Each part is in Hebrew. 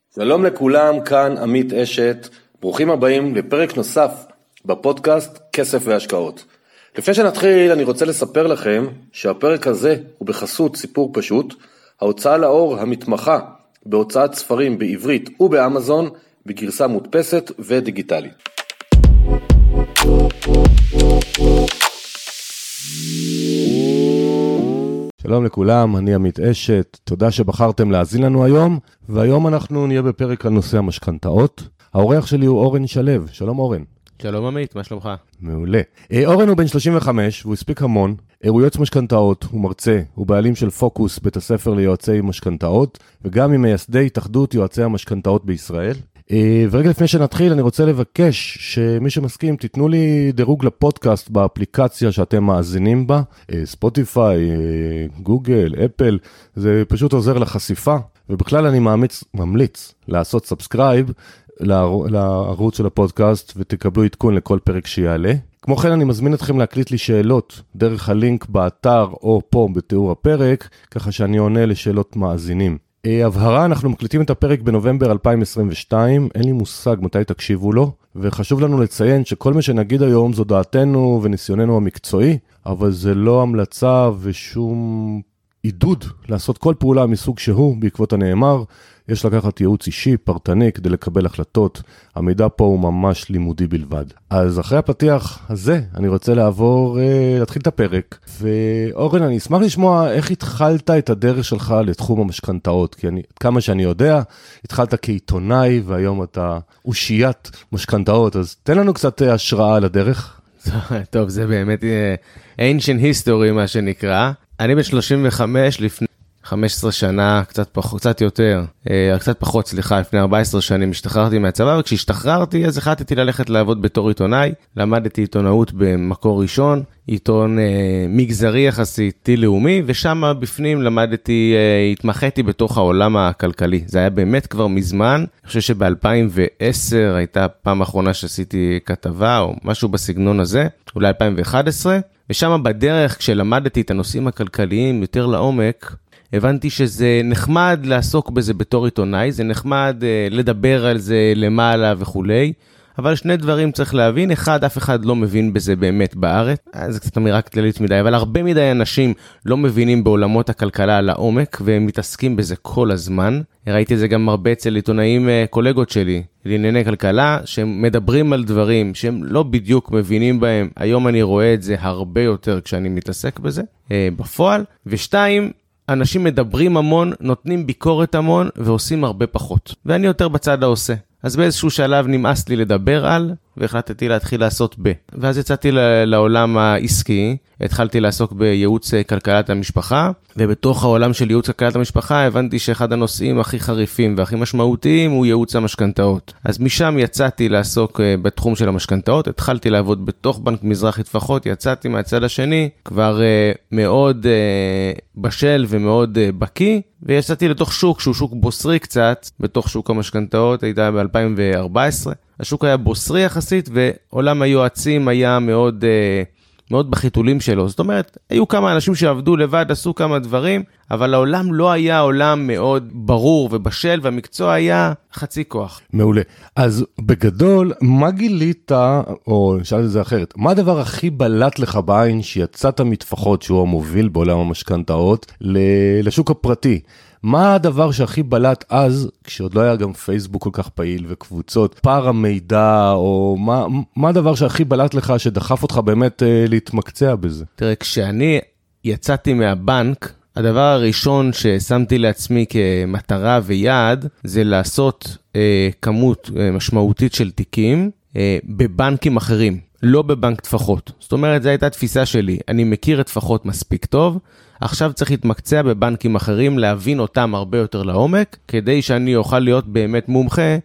שלום לכולם, כאן עמית אשת, ברוכים הבאים לפרק נוסף בפודקאסט כסף והשקעות. לפני שנתחיל אני רוצה לספר לכם שהפרק הזה הוא בחסות סיפור פשוט, ההוצאה לאור המתמחה בהוצאת ספרים בעברית ובאמזון בגרסה מודפסת ודיגיטלית. שלום לכולם, אני עמית אשת, תודה שבחרתם להאזין לנו היום, והיום אנחנו נהיה בפרק על נושא המשכנתאות. האורח שלי הוא אורן שלו, שלום אורן. שלום עמית, מה שלומך? מעולה. אורן הוא בן 35, והוא הספיק המון, הוא יועץ משכנתאות, הוא מרצה, הוא בעלים של פוקוס, בית הספר ליועצי משכנתאות, וגם עם מייסדי התאחדות יועצי המשכנתאות בישראל. ורגע לפני שנתחיל, אני רוצה לבקש שמי שמסכים, תיתנו לי דירוג לפודקאסט באפליקציה שאתם מאזינים בה, ספוטיפיי, גוגל, אפל, זה פשוט עוזר לחשיפה, ובכלל אני ממליץ לעשות סאבסקרייב לערוץ של הפודקאסט, ותקבלו עדכון לכל פרק שיעלה. כמו כן אני מזמין אתכם להקליט לי שאלות דרך הלינק באתר או פה בתיאור הפרק, ככה שאני עונה לשאלות מאזינים. הבהרה, אנחנו מקליטים את הפרק בנובמבר 2022, אין לי מושג מתי תקשיבו לו, וחשוב לנו לציין שכל מה שנגיד היום זו דעתנו וניסיוננו המקצועי, אבל זה לא המלצה ושום עידוד לעשות כל פעולה מסוג שהוא בעקבות הנאמר. יש לקחת ייעוץ אישי, פרטני, כדי לקבל החלטות. המידע פה הוא ממש לימודי בלבד. אז אחרי הפתיח הזה, אני רוצה להתחיל את הפרק. ואורן, אני אשמח לשמוע איך התחלת את הדרך שלך לתחום המשכנתאות. כי כמה שאני יודע, התחלת כעיתונאי, והיום אתה אושיית משכנתאות. אז תן לנו קצת השראה על הדרך. טוב, זה באמת ancient history, מה שנקרא. אני בן 35 לפני 15 שנה, קצת יותר, קצת פחות, לפני 14 שנים השתחררתי מהצבא, וכשהשתחררתי אז החלטתי ללכת לעבוד בתור עיתונאי, למדתי עיתונאות במקור ראשון, עיתון מגזרי יחסית, לאומי, ושם בפנים התמחיתי בתוך העולם הכלכלי. זה היה באמת כבר מזמן, אני חושב שב-2010 הייתה פעם האחרונה שעשיתי כתבה, או משהו בסגנון הזה, אולי 2011, ושם בדרך כשלמדתי את הנושאים הכלכליים יותר לעומק, הבנתי שזה נחמד לעסוק בזה בתור עיתונאי, זה נחמד לדבר על זה למעלה וכולי, אבל שני דברים צריך להבין, אחד, אף אחד לא מבין בזה באמת בארץ, זה קצת אמירה כללית מדי, אבל הרבה מדי אנשים לא מבינים בעולמות הכלכלה לעומק, והם מתעסקים בזה כל הזמן. ראיתי את זה גם הרבה אצל עיתונאים קולגות שלי, לענייני כלכלה, שהם מדברים על דברים שהם לא בדיוק מבינים בהם. היום אני רואה את זה הרבה יותר כשאני מתעסק בזה, בפועל. ושתיים, אנשים מדברים המון, נותנים ביקורת המון, ועושים הרבה פחות. ואני יותר בצד העושה. אז באיזשהו שלב נמאס לי לדבר על, והחלטתי להתחיל לעשות ואז יצאתי לעולם העסקי, התחלתי לעסוק בייעוץ כלכלת המשפחה, ובתוך העולם של ייעוץ כלכלת המשפחה הבנתי שאחד הנושאים הכי חריפים והכי משמעותיים הוא ייעוץ המשכנתאות. אז משם יצאתי לעסוק בתחום של המשכנתאות, התחלתי לעבוד בתוך בנק מזרחי טפחות, יצאתי מהצד השני, כבר מאוד בשל ומאוד בקי, ויצאתי לתוך שוק שהוא שוק בוסרי קצת, בתוך שוק המשכנתאות, הייתה ב-2014, השוק היה בוסרי יחסית, ועולם היועצים היה מאוד בחיתולים שלו. זאת אומרת, היו כמה אנשים שעבדו לבד, עשו כמה דברים, אבל העולם לא היה עולם מאוד ברור ובשל, והמקצוע היה חצי כוח. מעולה. אז בגדול, מה גילית, או נשאל את זה אחרת, מה הדבר הכי בלט לך בעין שיצאת מטפחות שהוא המוביל בעולם המשכנתאות לשוק הפרטי? מה הדבר שהכי בלט אז, כשעוד לא היה גם פייסבוק כל כך פעיל וקבוצות, פער המידע, או מה הדבר שהכי בלט לך שדחף אותך באמת להתמקצע בזה? תראה, כשאני יצאתי מהבנק, הדבר הראשון ששמתי לעצמי כמטרה ויעד, זה לעשות כמות משמעותית של תיקים בבנקים אחרים, לא בבנק טפחות. זאת אומרת, זו הייתה תפיסה שלי, אני מכיר את טפחות מספיק טוב, עכשיו צריך להתמקצע בבנקים אחרים, להבין אותם הרבה יותר לעומק, כדי שאני אוכל להיות באמת מומחה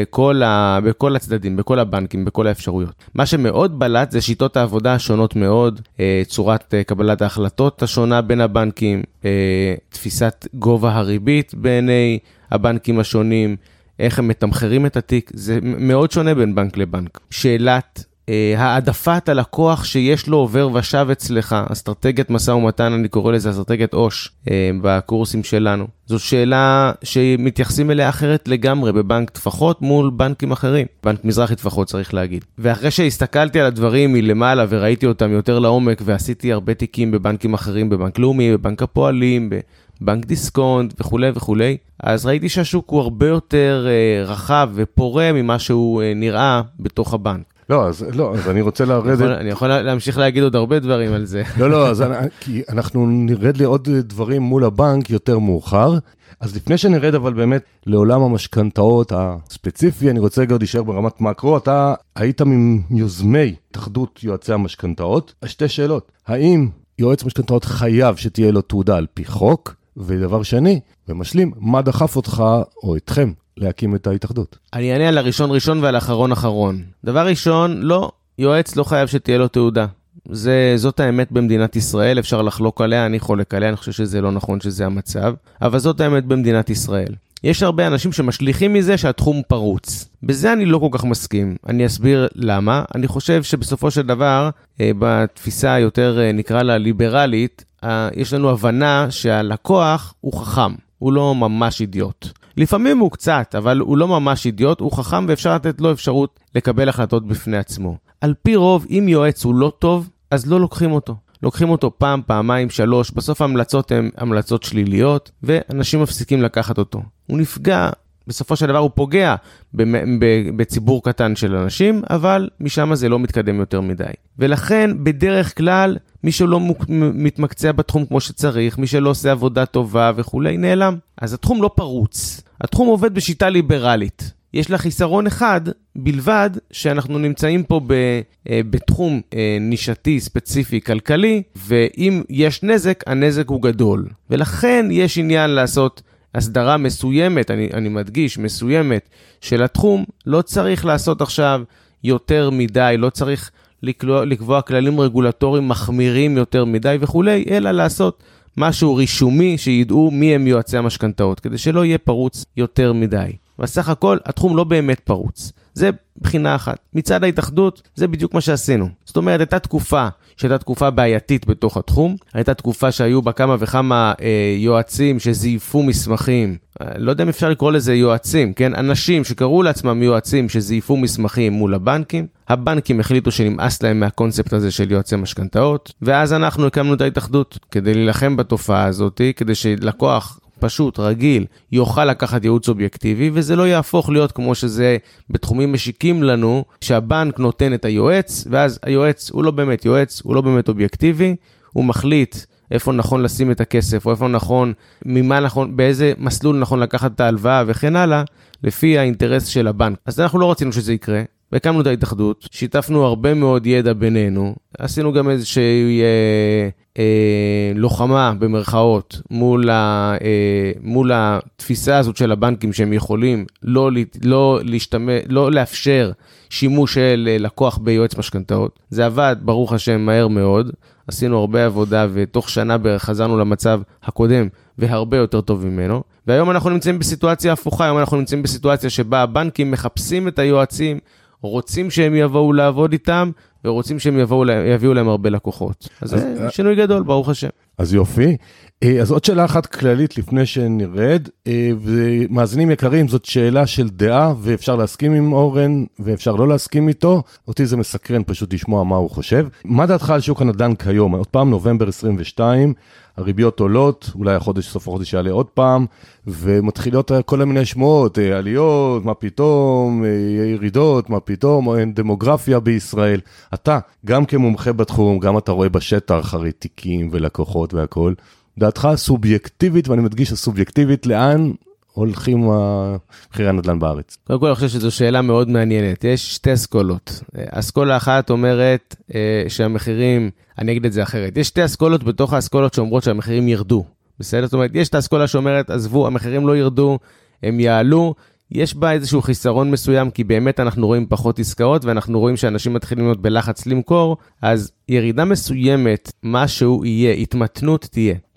בכל הצדדים, בכל הבנקים, בכל האפשרויות. מה שמאוד בלט זה שיטות העבודה השונות מאוד, צורת קבלת ההחלטות השונה בין הבנקים, תפיסת גובה הריבית בעיני הבנקים השונים, איך הם מתמחרים את התיק, זה מאוד שונה בין בנק לבנק. שאלת העדפת הלקוח שיש לו עובר ושב אצלך, אסטרטגיית משא ומתן, אני קורא לזה אסטרטגיית אוש בקורסים שלנו. זו שאלה שמתייחסים אליה אחרת לגמרי בבנק טפחות מול בנקים אחרים. בנק מזרחי טפחות צריך להגיד. ואחרי שהסתכלתי על הדברים מלמעלה וראיתי אותם יותר לעומק ועשיתי הרבה תיקים בבנקים אחרים, בבנק לאומי, בבנק הפועלים, בנק דיסקונט וכו' וכו', אז ראיתי שהשוק הוא הרבה יותר רחב ופורה ממה שהוא נראה בתוך הבנק. אז אני רוצה לרדת... אני יכול להמשיך להגיד עוד הרבה דברים על זה. כי אנחנו נרד לעוד דברים מול הבנק יותר מאוחר. אז לפני שנרד אבל באמת לעולם המשכנתאות הספציפי, אני רוצה עוד להישאר ברמת מקרו. אתה היית מיוזמי התאחדות יועצי המשכנתאות. שתי שאלות. האם יועץ משכנתאות חייב שתהיה לו תעודה על פי חוק? ודבר שני, ומשלים, מה דחף אותך או אתכם להקים את ההתאחדות? אני אענה על הראשון ראשון ועל האחרון אחרון. דבר ראשון, לא, יועץ לא חייב שתהיה לו תעודה. זאת האמת במדינת ישראל, אפשר לחלוק עליה, אני חולק עליה, אני חושב שזה לא נכון שזה המצב, אבל זאת האמת במדינת ישראל. יש הרבה אנשים שמשליכים מזה שהתחום פרוץ. בזה אני לא כל כך מסכים. אני אסביר למה. אני חושב שבסופו של דבר, בתפיסה יותר נקרא לה ליברלית, יש לנו הבנה שהלקוח הוא חכם, הוא לא ממש אידיוט. לפעמים הוא קצת, אבל הוא לא ממש אידיוט, הוא חכם ואפשר לתת לו אפשרות לקבל החלטות בפני עצמו. על פי רוב, אם יועץ הוא לא טוב, אז לא לוקחים אותו. לוקחים אותו פעם, פעמיים, 3, בסוף ההמלצות הן המלצות שליליות, ואנשים מפסיקים לקחת אותו. הוא נפגע, בסופו של דבר הוא פוגע בציבור קטן של אנשים, אבל משם זה לא מתקדם יותר מדי. ולכן, בדרך כלל, מי שלא מתמקצע בתחום כמו שצריך, מי שלא עושה עבודה טובה וכולי, נעלם. אז התחום לא פרוץ. התחום עובד בשיטה ליברלית. יש לה חיסרון אחד בלבד שאנחנו נמצאים פה בתחום נישתי ספציפי כלכלי, ואם יש נזק, הנזק הוא גדול. ולכן יש עניין לעשות הסדרה מסוימת, אני מדגיש, מסוימת של התחום, לא צריך לעשות עכשיו יותר מדי, לא צריך לקבוע כללים רגולטוריים מחמירים יותר מדי וכולי, אלא לעשות משהו רישומי שידעו מי הם יועצי המשכנתאות, כדי שלא יהיה פרוץ יותר מדי. בסך הכל, התחום לא באמת פרוץ. זה בחינה אחת. מצד ההתאחדות, זה בדיוק מה שעשינו. זאת אומרת, הייתה תקופה שהייתה תקופה בעייתית בתוך התחום, הייתה תקופה שהיו בה כמה וכמה יועצים שזייפו מסמכים, לא יודע אם אפשר לקרוא לזה יועצים, כן? אנשים שקראו לעצמם יועצים שזייפו מסמכים מול הבנקים, הבנקים החליטו שנמאס להם מהקונספט הזה של יועצי משכנתאות, ואז אנחנו הקמנו את ההתאחדות כדי להילחם בתופעה הזאת, כדי שלקוח פשוט, רגיל, יוכל לקחת ייעוץ אובייקטיבי, וזה לא יהפוך להיות כמו שזה בתחומים משיקים לנו, שהבנק נותן את היועץ, ואז היועץ הוא לא באמת יועץ, הוא לא באמת אובייקטיבי, הוא מחליט איפה נכון לשים את הכסף, או איפה נכון, ממה נכון, באיזה מסלול נכון לקחת את ההלוואה וכן הלאה, לפי האינטרס של הבנק. אז אנחנו לא רצינו שזה יקרה, והקמנו את ההתאחדות, שיתפנו הרבה מאוד ידע בינינו, עשינו גם איזושהי לוחמה במרכאות מול התפיסה הזאת של הבנקים שהם יכולים לא לאפשר שימוש של לקוח ביועץ משכנתאות. זה עבד ברוך השם מהר מאוד, עשינו הרבה עבודה ותוך שנה בערך חזרנו למצב הקודם והרבה יותר טוב ממנו. והיום אנחנו נמצאים בסיטואציה הפוכה, היום אנחנו נמצאים בסיטואציה שבה הבנקים מחפשים את היועצים, רוצים שהם יבואו לעבוד איתם, ורוצים שהם יביאו להם הרבה לקוחות. אז זה שינוי גדול, ברוך השם. אז יופי. אז עוד שאלה אחת כללית לפני שנרד, ומאזינים יקרים, זאת שאלה של דעה, ואפשר להסכים עם אורן, ואפשר לא להסכים איתו. אותי זה מסקרן פשוט לשמוע מה הוא חושב. מה דעתך על שוק הנדל"ן כיום? עוד פעם, נובמבר 22, הריביות עולות, אולי סוף החודש יעלה עוד פעם, ומתחילות כל מיני שמועות, עליות, מה פתאום, ירידות, מה פתאום, אין דמוגרפיה בישראל. אתה, גם כמומחה בתחום, גם אתה רואה בשטח הרי תיקים ולקוחות והכל, דעתך סובייקטיבית, ואני מדגיש הסובייקטיבית, לאן הולכים מחירי הנדל"ן בארץ? קודם כל, אני חושב שזו שאלה מאוד מעניינת. יש שתי אסכולות. אסכולה אחת אומרת שהמחירים, אני אגיד את זה אחרת, יש שתי אסכולות בתוך האסכולות שאומרות שהמחירים ירדו. בסדר? זאת אומרת, יש את האסכולה שאומרת, עזבו, המחירים לא ירדו, הם יעלו. יש בה איזשהו חיסרון מסוים, כי באמת אנחנו רואים פחות עסקאות, ואנחנו רואים שאנשים מתחילים להיות בלחץ למכור, אז ירידה מסוימת, משהו יהיה, התמתנות תהיה.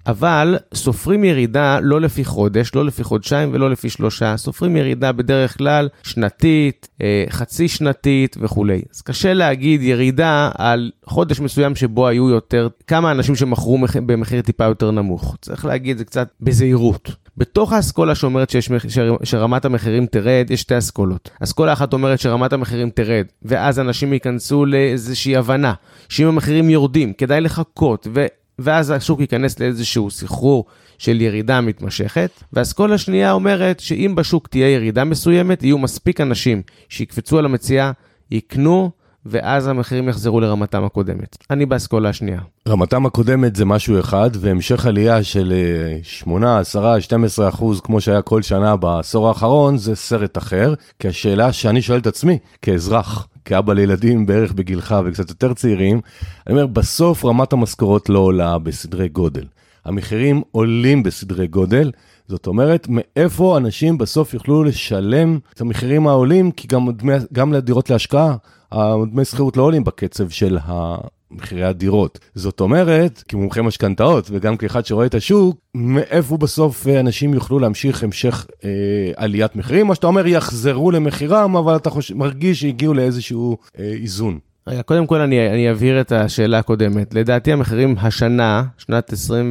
אבל סופרים ירידה לא לפי חודש, לא לפי חודשיים ולא לפי 3, סופרים ירידה בדרך כלל שנתית, חצי שנתית וכו'. אז קשה להגיד ירידה על חודש מסוים שבו היו יותר, כמה אנשים שמכרו במחיר טיפה יותר נמוך. צריך להגיד זה קצת בזהירות. בתוך האסכולה שאומרת שרמת המחירים תרד, יש 2 אסכולות. אסכולה אחת אומרת שרמת המחירים תרד, ואז אנשים ייכנסו לאיזושהי הבנה, שאם המחירים יורדים, כדאי לחכות, ואז השוק ייכנס לאיזשהו סחרור של ירידה מתמשכת. והאסכולה השנייה אומרת שאם בשוק תהיה ירידה מסוימת, יהיו מספיק אנשים שיקפצו על המציאה, יקנו, ואז המחירים יחזרו לרמתם הקודמת. אני באסכולה השנייה. רמתם הקודמת זה משהו אחד, והמשך עלייה של 8, 10, 12%, כמו שהיה כל שנה בעשור האחרון, זה סרט אחר, כי השאלה שאני שואל את עצמי, כאזרח, כאבא לילדים בערך בגילך וקצת יותר צעירים, אני אומר, בסוף רמת המשכורות לא עולה בסדרי גודל. המחירים עולים בסדרי גודל, זאת אומרת, מאיפה אנשים בסוף יוכלו לשלם את המחירים העולים, כי גם לדירות להשקעה, דמי שכירות לא עולים בקצב של מחירי הדירות. זאת אומרת, כמומחי משכנתאות וגם כאחד שרואה את השוק, מאיפה בסוף אנשים יוכלו להמשיך המשך עליית מחירים, מה שאתה אומר יחזרו למחירם, אבל אתה מרגיש שהגיעו לאיזשהו איזון. רגע, קודם כל אני אבהיר את השאלה הקודמת. לדעתי המחירים השנה, שנת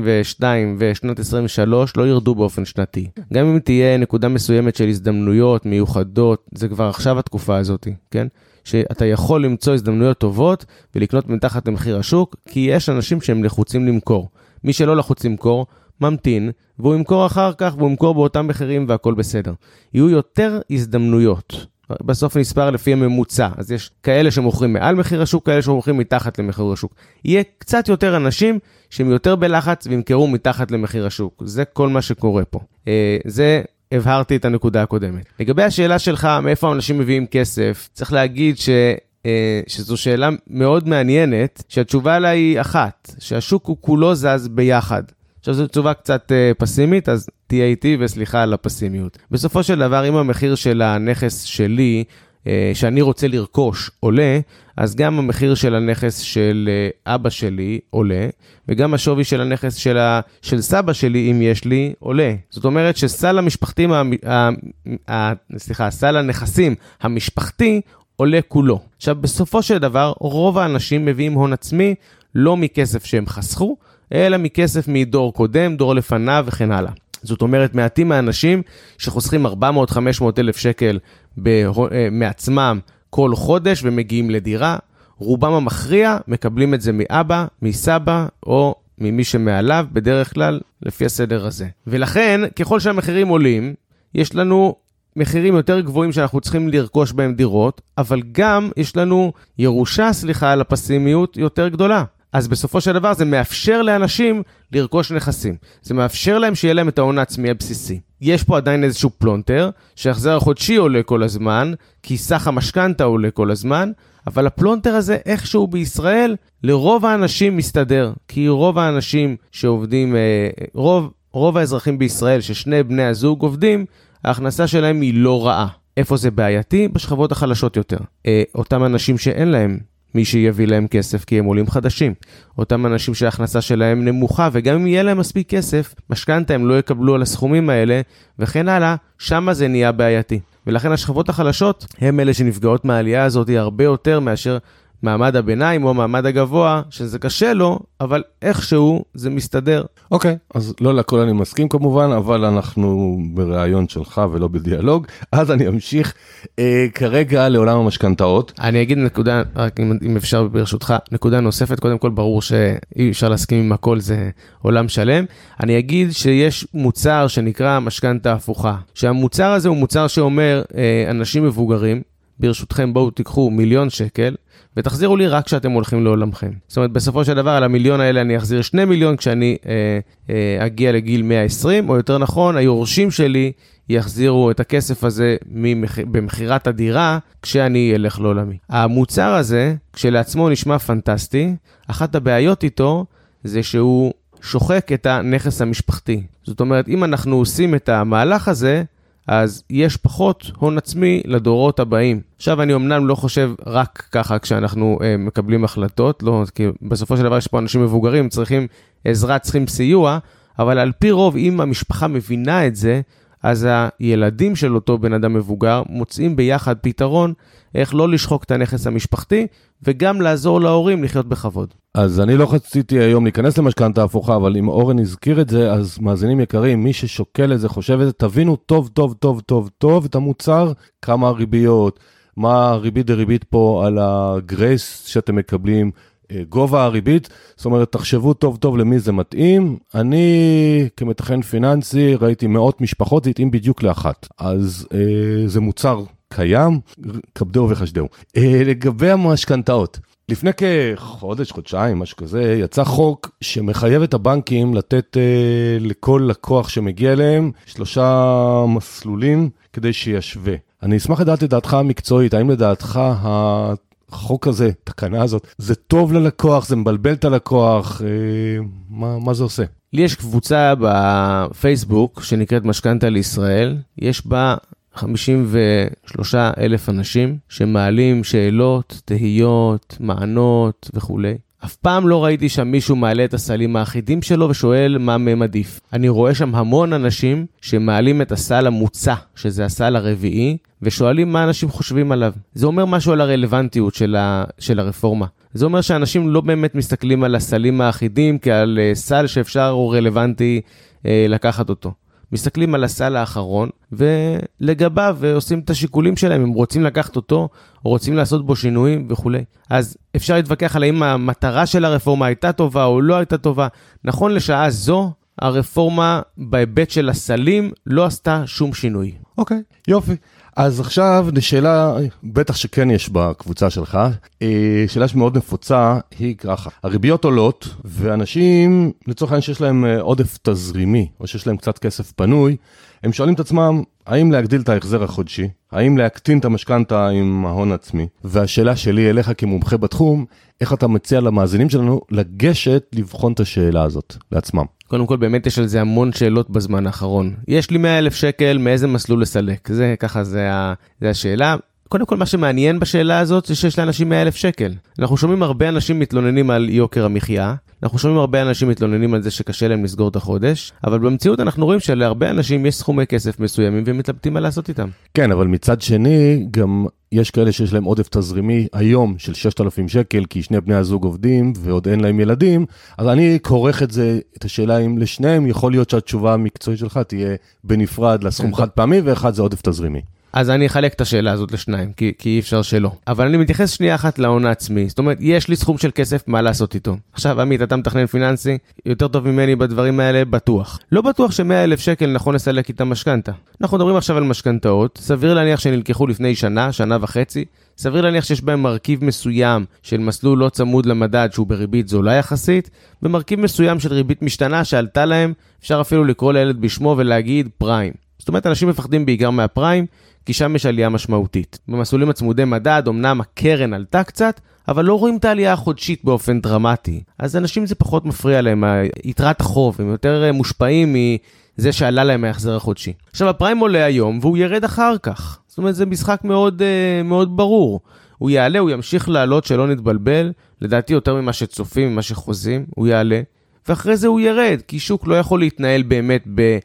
22 ושנת 23, לא ירדו באופן שנתי. גם אם תהיה נקודה מסוימת של הזדמנויות מיוחדות, זה כבר עכשיו התקופה הזאת, כן? שאתה יכול למצוא הזדמנויות טובות ולקנות מתחת למחיר השוק, כי יש אנשים שהם לחוצים למכור. מי שלא לחוץ למכור, ממתין, והוא ימכור אחר כך, והוא ימכור באותם מחירים והכל בסדר. יהיו יותר הזדמנויות. בסוף נספר לפי הממוצע, אז יש כאלה שמוכרים מעל מחיר השוק, כאלה שמוכרים מתחת למחיר השוק. יהיה קצת יותר אנשים שהם יותר בלחץ וימכרו מתחת למחיר השוק. זה כל מה שקורה פה. זה הבהרתי את הנקודה הקודמת. לגבי השאלה שלך, מאיפה אנשים מביאים כסף, צריך להגיד שזו שאלה מאוד מעניינת, שהתשובה לה היא אחת, שהשוק הוא כולו זז ביחד. עכשיו זו תשובה קצת פסימית, אז תהיה איתי וסליחה על הפסימיות. בסופו של דבר, אם המחיר של הנכס שלי, שאני רוצה לרכוש, עולה, אז גם המחיר של הנכס של אבא שלי עולה, וגם השווי של הנכס של סבא שלי, אם יש לי, עולה. זאת אומרת שסל המשפחתים, סל הנכסים המשפחתי עולה כולו. עכשיו, בסופו של דבר, רוב האנשים מביאים הון עצמי, לא מכסף שהם חסכו, אלא מכסף מדור קודם, דור לפניו וכן הלאה. זאת אומרת, מעטים מהאנשים שחוסכים 400-500 אלף שקל מעצמם כל חודש ומגיעים לדירה, רובם המכריע מקבלים את זה מאבא, מסבא או ממי שמעליו, בדרך כלל לפי הסדר הזה. ולכן, ככל שהמחירים עולים, יש לנו מחירים יותר גבוהים שאנחנו צריכים לרכוש בהם דירות, אבל גם יש לנו ירושה, סליחה על הפסימיות, יותר גדולה. אז בסופו של דבר זה מאפשר לאנשים לרכוש נכסים. זה מאפשר להם שיהיה להם את ההון העצמי הבסיסי. יש פה עדיין איזשהו פלונטר, שהחזר החודשי עולה כל הזמן, כי סך המשכנתה עולה כל הזמן, אבל הפלונטר הזה איכשהו בישראל לרוב האנשים מסתדר. כי רוב האנשים שעובדים, רוב האזרחים בישראל ששני בני הזוג עובדים, ההכנסה שלהם היא לא רעה. איפה זה בעייתי? בשכבות החלשות יותר. אותם אנשים שאין להם מי שיביא להם כסף כי הם עולים חדשים. אותם אנשים שההכנסה שלהם נמוכה, וגם אם יהיה להם מספיק כסף, משכנתה הם לא יקבלו על הסכומים האלה, וכן הלאה, שמה זה נהיה בעייתי. ולכן השכבות החלשות הם אלה שנפגעות מהעלייה הזאת הרבה יותר מאשר מעמד הביניים או מעמד הגבוה, שזה קשה לו, אבל איכשהו זה מסתדר. אוקיי, אז לא לכל אני מסכים כמובן, אבל אנחנו ברעיון שלך ולא בדיאלוג, אז אני אמשיך כרגע לעולם המשכנתאות. אני אגיד נקודה, רק אם אפשר ברשותך, נקודה נוספת, קודם כל ברור שאי אפשר להסכים עם הכל, זה עולם שלם. אני אגיד שיש מוצר שנקרא משכנתה הפוכה, שהמוצר הזה הוא מוצר שאומר אנשים מבוגרים, ברשותכם בואו תיקחו 1,000,000 שקל, ותחזירו לי רק כשאתם הולכים לעולמכם. זאת אומרת, בסופו של דבר, על 1,000,000 האלה אני אחזיר 2 מיליון כשאני אגיע לגיל 120, או יותר נכון, היורשים שלי יחזירו את הכסף הזה במחירת הדירה, כשאני אלך לעולמי. המוצר הזה, כשלעצמו נשמע פנטסטי, אחת הבעיות איתו, זה שהוא שוחק את הנכס המשפחתי. זאת אומרת, אם אנחנו עושים את המהלך הזה, אז יש פחות הון עצמי לדורות הבאים. עכשיו אני אמנם לא חושב רק ככה כשאנחנו מקבלים החלטות, לא, כי בסופו של דבר יש פה אנשים מבוגרים, צריכים עזרה, צריכים סיוע, אבל על פי רוב, אם המשפחה מבינה את זה, אז הילדים של אותו בן אדם מבוגר מוצאים ביחד פתרון איך לא לשחוק את הנכס המשפחתי, וגם לעזור להורים לחיות בכבוד. אז אני לא רציתי היום להיכנס למשכנתא הפוכה, אבל אם אורן הזכיר את זה, אז מאזינים יקרים, מי ששוקל את זה, חושב את זה, תבינו טוב, טוב, טוב, טוב, טוב את המוצר, כמה הריביות, מה הריבית דריבית פה על הגרייס שאתם מקבלים, גובה הריבית, זאת אומרת, תחשבו טוב טוב למי זה מתאים. אני כמתכנן פיננסי ראיתי מאות משפחות, זה התאים בדיוק לאחת. אז זה מוצר קיים, כבדו וחשדו. לגבי המשכנתאות, לפני כחודש, חודשיים, משהו כזה, יצא חוק שמחייב את הבנקים לתת לכל לקוח שמגיע אליהם 3 מסלולים כדי שישווה. אני אשמח לדעת את דעתך המקצועית, האם לדעתך החוק הזה, תקנה הזאת, זה טוב ללקוח, זה מבלבל את הלקוח, מה זה עושה? לי יש קבוצה בפייסבוק שנקראת משכנתא לישראל, יש בה 53,000 אנשים שמעלים שאלות, תהיות, מענות וכו'. אף פעם לא ראיתי שם מישהו מעלה את הסלים האחידים שלו ושואל מה מהם עדיף. אני רואה שם המון אנשים שמעלים את הסל המוצע, שזה הסל הרביעי, ושואלים מה אנשים חושבים עליו. זה אומר משהו על הרלוונטיות של הרפורמה. זה אומר שאנשים לא באמת מסתכלים על הסלים האחידים כעל סל שאפשר או רלוונטי לקחת אותו. מסתכלים על הסל האחרון, ולגביו עושים את השיקולים שלהם, הם רוצים לקחת אותו, או רוצים לעשות בו שינויים וכו'. אז אפשר להתווכח על האם המטרה של הרפורמה הייתה טובה או לא הייתה טובה. נכון לשעה זו, הרפורמה בהיבט של הסלים לא עשתה שום שינוי. אוקיי, יופי. אז עכשיו שאלה, בטח שכן יש בקבוצה שלך, שאלה שמאוד נפוצה היא ככה, הריביות עולות ואנשים לצורך העניין שיש להם עודף תזרימי או שיש להם קצת כסף פנוי, הם שואלים את עצמם האם להגדיל את ההחזר החודשי, האם להקטין את המשכנתא עם ההון עצמי, והשאלה שלי אליך כמומחה בתחום, איך אתה מציע למאזינים שלנו לגשת לבחון את השאלה הזאת לעצמם? קודם כל, באמת יש על זה המון שאלות בזמן האחרון. יש לי 100,000 שקל, מאיזה מסלול לסלק? זה ככה, זה השאלה. קודם כל, מה שמעניין בשאלה הזאת, זה שיש לאנשים 100,000 שקל. אנחנו שומעים הרבה אנשים מתלוננים על יוקר המחיה, אנחנו שומעים הרבה אנשים מתלוננים על זה שקשה להם לסגור את החודש, אבל במציאות אנחנו רואים שלהרבה אנשים יש סכומי כסף מסוימים, והם מתלבטים מה לעשות איתם. כן, אבל מצד שני, גם יש כאלה שיש להם עודף תזרימי היום של 6,000 שקל, כי שני בני הזוג עובדים ועוד אין להם ילדים, אז אני כורך את השאלה אם לשניהם יכול להיות שהתשובה המקצועית שלך תהיה בנפרד לסכום חד פעמי, ואחד זה עודף תזרימי. אז אני אחלק את השאלה הזאת לשניים, כי אי אפשר שלא. אבל אני מתייחס שנייה אחת להון העצמי. זאת אומרת, יש לי סכום של כסף, מה לעשות איתו? עכשיו, עמית, אתה מתכנן פיננסי, יותר טוב ממני בדברים האלה, בטוח. לא בטוח ש100,000 שקל נכון לסלק איתם משכנתא. אנחנו מדברים עכשיו על משכנתאות, סביר להניח שנלקחו לפני שנה, שנה וחצי, סביר להניח שיש בהם מרכיב מסוים של מסלול לא צמוד למדד שהוא בריבית זולה יחסית, ומרכיב מסוים של ריבית משתנה שעלתה להם, אפשר אפילו לקרוא לילד בשמו ולהגיד פריים. זאת אומרת, אנשים מפחדים בעיקר מהפריים, כי שם יש עלייה משמעותית. במסלולים הצמודי מדד, אמנם הקרן עלתה קצת, אבל לא רואים את העלייה החודשית באופן דרמטי. אז אנשים זה פחות מפריע להם, יתרת החוב, הם יותר מושפעים מזה שעלה להם ההחזר החודשי. עכשיו, הפריים עולה היום, והוא ירד אחר כך. זאת אומרת, זה משחק מאוד, מאוד ברור. הוא יעלה, הוא ימשיך לעלות שלא נתבלבל, לדעתי יותר ממה שצופים, ממה שחוזים, הוא יעלה. ואחרי זה הוא ירד, כי שוק לא יכול להתנהל באמת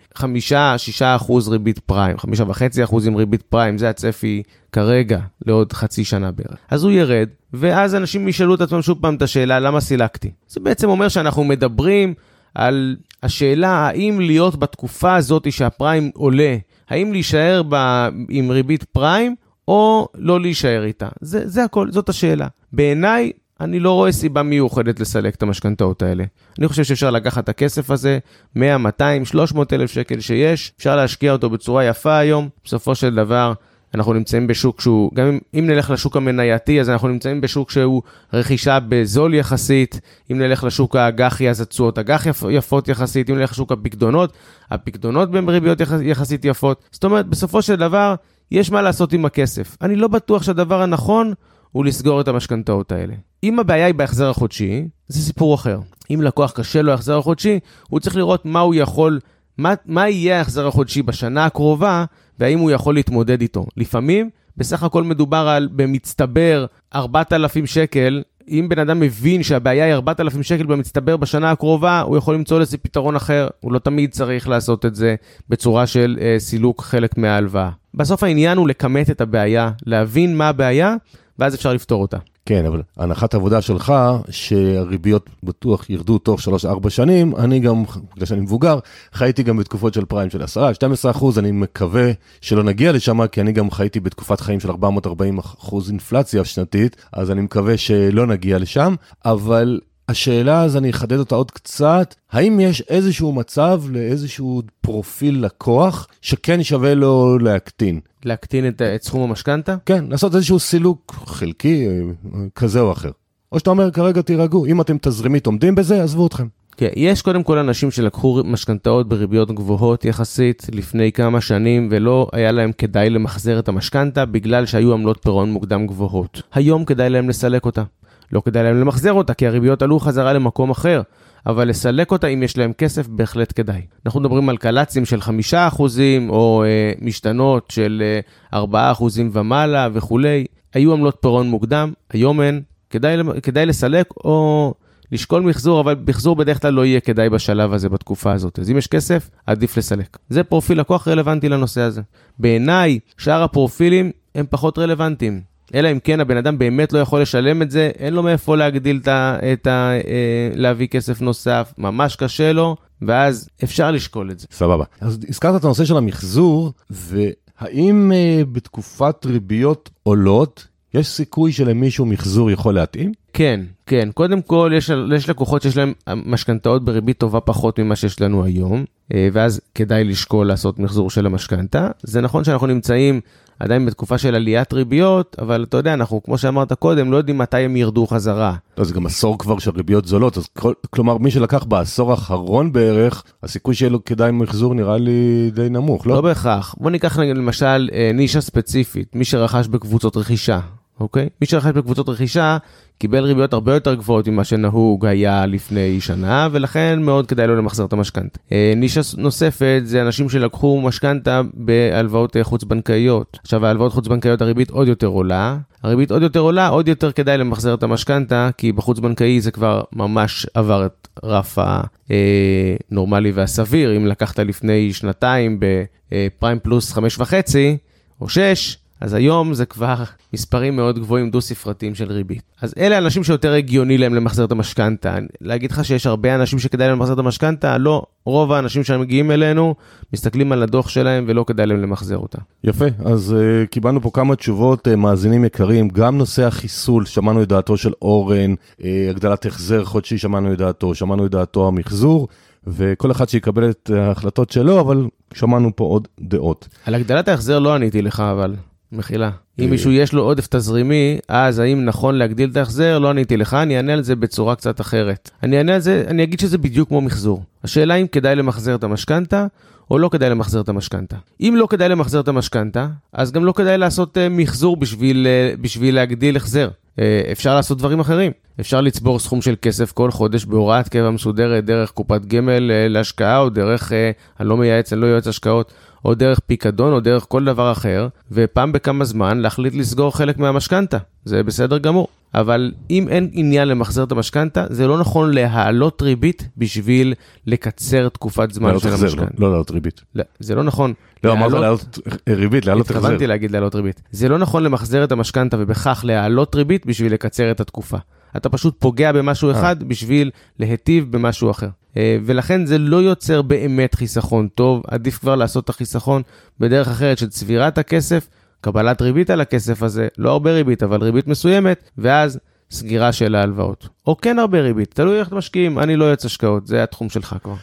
ב5-6% ריבית פריים, 5.5% עם ריבית פריים, זה הצפי כרגע, לעוד חצי שנה בערך. אז הוא ירד, ואז אנשים ישאלו את עצמם שוב פעם את השאלה, למה סילקתי? זה בעצם אומר שאנחנו מדברים על השאלה, האם להיות בתקופה הזאת שהפריים עולה, האם להישאר עם ריבית פריים, או לא להישאר איתה? זה הכל, זאת השאלה. בעיניי, אני לא רואה סיבה מיוחדת לסלק את המשכנתאות האלה. אני חושב שאפשר לקחת את הכסף הזה, 100, 200, 300 אלף שקל שיש, אפשר להשקיע אותו בצורה יפה היום. בסופו של דבר, אנחנו נמצאים בשוק שהוא, גם אם נלך לשוק המנייתי, אז אנחנו נמצאים בשוק שהוא רכישה בזול יחסית. אם נלך לשוק האג"חי, אז התשואות אג"ח יפות יחסית. אם נלך לשוק הפקדונות בריביות יחסית יפות. זאת אומרת, בסופו של דבר, יש מה לעשות עם הכסף. אני לא בטוח שהדבר הנכון הוא לסגור את המשכנתאות האלה. אם הבעיה היא בהחזר החודשי, זה סיפור אחר. אם לקוח קשה לו ההחזר החודשי, הוא צריך לראות מה הוא יכול, מה יהיה ההחזר החודשי בשנה הקרובה, והאם הוא יכול להתמודד איתו. לפעמים, בסך הכל מדובר על במצטבר 4,000 שקל, אם בן אדם מבין שהבעיה היא 4,000 שקל במצטבר בשנה הקרובה, הוא יכול למצוא לזה פתרון אחר. הוא לא תמיד צריך לעשות את זה בצורה של סילוק חלק מההלוואה. בסוף העניין הוא לקמת את הבעיה, להבין מה הבעיה, ואז אפשר לפתור אותה. כן, אבל הנחת העבודה שלך, שהריביות בטוח ירדו תוך 3-4 שנים, אני גם, בגלל שאני מבוגר, חייתי גם בתקופות של פריים של 10-12%, אני מקווה שלא נגיע לשם, כי אני גם חייתי בתקופת חיים של 440% אינפלציה שנתית, אז אני מקווה שלא נגיע לשם, אבל השאלה, אז אני אחדד אותה עוד קצת, האם יש איזשהו מצב לאיזשהו פרופיל לקוח, שכן שווה לו להקטין? להקטין את סכום המשכנתה? כן, לעשות איזשהו סילוק חלקי, כזה או אחר. או שאתה אומר, כרגע תירגעו, אם אתם תזרימית עומדים בזה, עזבו אתכם. כן, יש קודם כל אנשים שלקחו משכנתאות בריביות גבוהות יחסית לפני כמה שנים, ולא היה להם כדאי למחזר את המשכנתה, בגלל שהיו עמלות פירעון מוקדם גבוהות. היום כדאי להם לסלק אותה. לא כדאי להם למחזר אותה, כי הריביות עלו חזרה למקום אחר. אבל לסלק אותה, אם יש להם כסף, בהחלט כדאי. אנחנו מדברים על קלצים של 5%, או משתנות של 4% ומעלה וכולי. היו עמלות פירעון מוקדם, היום אין. כדאי לסלק או לשקול מחזור, אבל מחזור בדרך כלל לא יהיה כדאי בשלב הזה, בתקופה הזאת. אז אם יש כסף, עדיף לסלק. זה פרופיל לקוח רלוונטי לנושא הזה. בעיניי, שאר הפרופילים הם פחות רלוונטיים. אלא אם כן הבן אדם באמת לא יכול לשלם את זה, אין לו מאיפה להגדיל להביא כסף נוסף, ממש קשה לו, ואז אפשר לשקול את זה. סבבה. אז הזכרת את הנושא של המחזור, והאם בתקופת ריביות עולות, יש סיכוי שלמישהו מחזור יכול להתאים? כן, כן. קודם כל, יש לקוחות שיש להם משכנתאות בריבית טובה פחות ממה שיש לנו היום, ואז כדאי לשקול לעשות מחזור של המשכנתה. זה נכון שאנחנו נמצאים עדיין בתקופה של עליית ריביות, אבל אתה יודע, אנחנו, כמו שאמרת קודם, לא יודעים מתי הם ירדו חזרה. לא, זה גם עשור כבר של ריביות זולות, אז כלומר, מי שלקח בעשור האחרון בערך, הסיכוי שיהיה לו כדאי מחזור נראה לי די נמוך, לא? לא בהכרח. בוא ניקח למשל נישה ספציפית, מי שרכש בקבוצות רכישה, אוקיי? מי שרכש בקבוצות רכישה, קיבל ריביות הרבה יותר גבוהות ממה שנהוג היה לפני שנה, ולכן מאוד כדאי לו למחזר את המשכנתה. נישה נוספת זה אנשים שלקחו משכנתה בהלוואות חוץ-בנקאיות. עכשיו, ההלוואות חוץ-בנקאיות הריבית עוד יותר עולה. הריבית עוד יותר עולה, עוד יותר כדאי למחזר את המשכנתה, כי בחוץ-בנקאי זה כבר ממש עבר את רף הנורמלי והסביר. אם לקחת לפני שנתיים בפריים פלוס 5.5 או 6, אז היום זה כבר מספרים מאוד גבוהים, דו ספרתיים של ריבית. אז אלה אנשים שיותר הגיוני להם למחזר את המשכנתה. להגיד לך שיש הרבה אנשים שכדאי להם למחזר את המשכנתה? לא. רוב האנשים שמגיעים אלינו מסתכלים על הדוח שלהם ולא כדאי להם למחזר אותה. יפה, אז קיבלנו פה כמה תשובות, מאזינים יקרים, גם נושא החיסול, שמענו את דעתו של אורן, הגדלת החזר חודשי, שמענו את דעתו המחזור, וכל אחד שיקבל את ההחלטות שלו, אבל שמענו פה עוד דעות. על הגדלת ההחזר לא עניתי לך, אבל מחילה. אם מישהו יש לו עודף תזרימי, אז האם נכון להגדיל את ההחזר? לא עניתי לך, אני אענה על זה בצורה קצת אחרת. אני אגיד שזה בדיוק כמו מחזור. השאלה אם כדאי למחזר את המשכנתה, או לא כדאי למחזר את המשכנתה. אם לא כדאי למחזר את המשכנתה, אז גם לא כדאי לעשות מחזור בשביל להגדיל החזר. אפשר לעשות דברים אחרים. אפשר לצבור סכום של כסף כל חודש בהוראת קבע מסודרת, דרך קופת גמל להשקעה, או דרך, אני לא מייעץ, אני לא יועץ השקעות, או דרך פיקדון, או דרך כל דבר אחר, ופעם בכמה זמן להחליט לסגור חלק מהמשכנתה. זה בסדר גמור. אבל אם אין עניין למחזר את המשכנתה, זה לא נכון להעלות ריבית בשביל לקצר תקופת זמן של המשכנתה. לא להעלות ריבית. לא, זה לא נכון. לא, אמרת להעלות ריבית, להעלות החזר. התכוונתי להגיד להעלות ריבית. זה לא נכון למחזר את המשכנתה ובכך להעלות ריבית בשביל לקצר את התקופה. אתה פשוט פוגע במשהו אחד בשביל להיטיב במשהו אחר. ולכן זה לא יוצר באמת חיסכון טוב, עדיף כבר לעשות את החיסכון בדרך אחרת של צבירת הכסף, קבלת ריבית על הכסף הזה, לא הרבה ריבית, אבל ריבית מסוימת, ואז סגירה של ההלוואות. או כן הרבה ריבית, תלוי איך משקיעים, אני לא יועץ השקעות, זה התחום שלך כבר.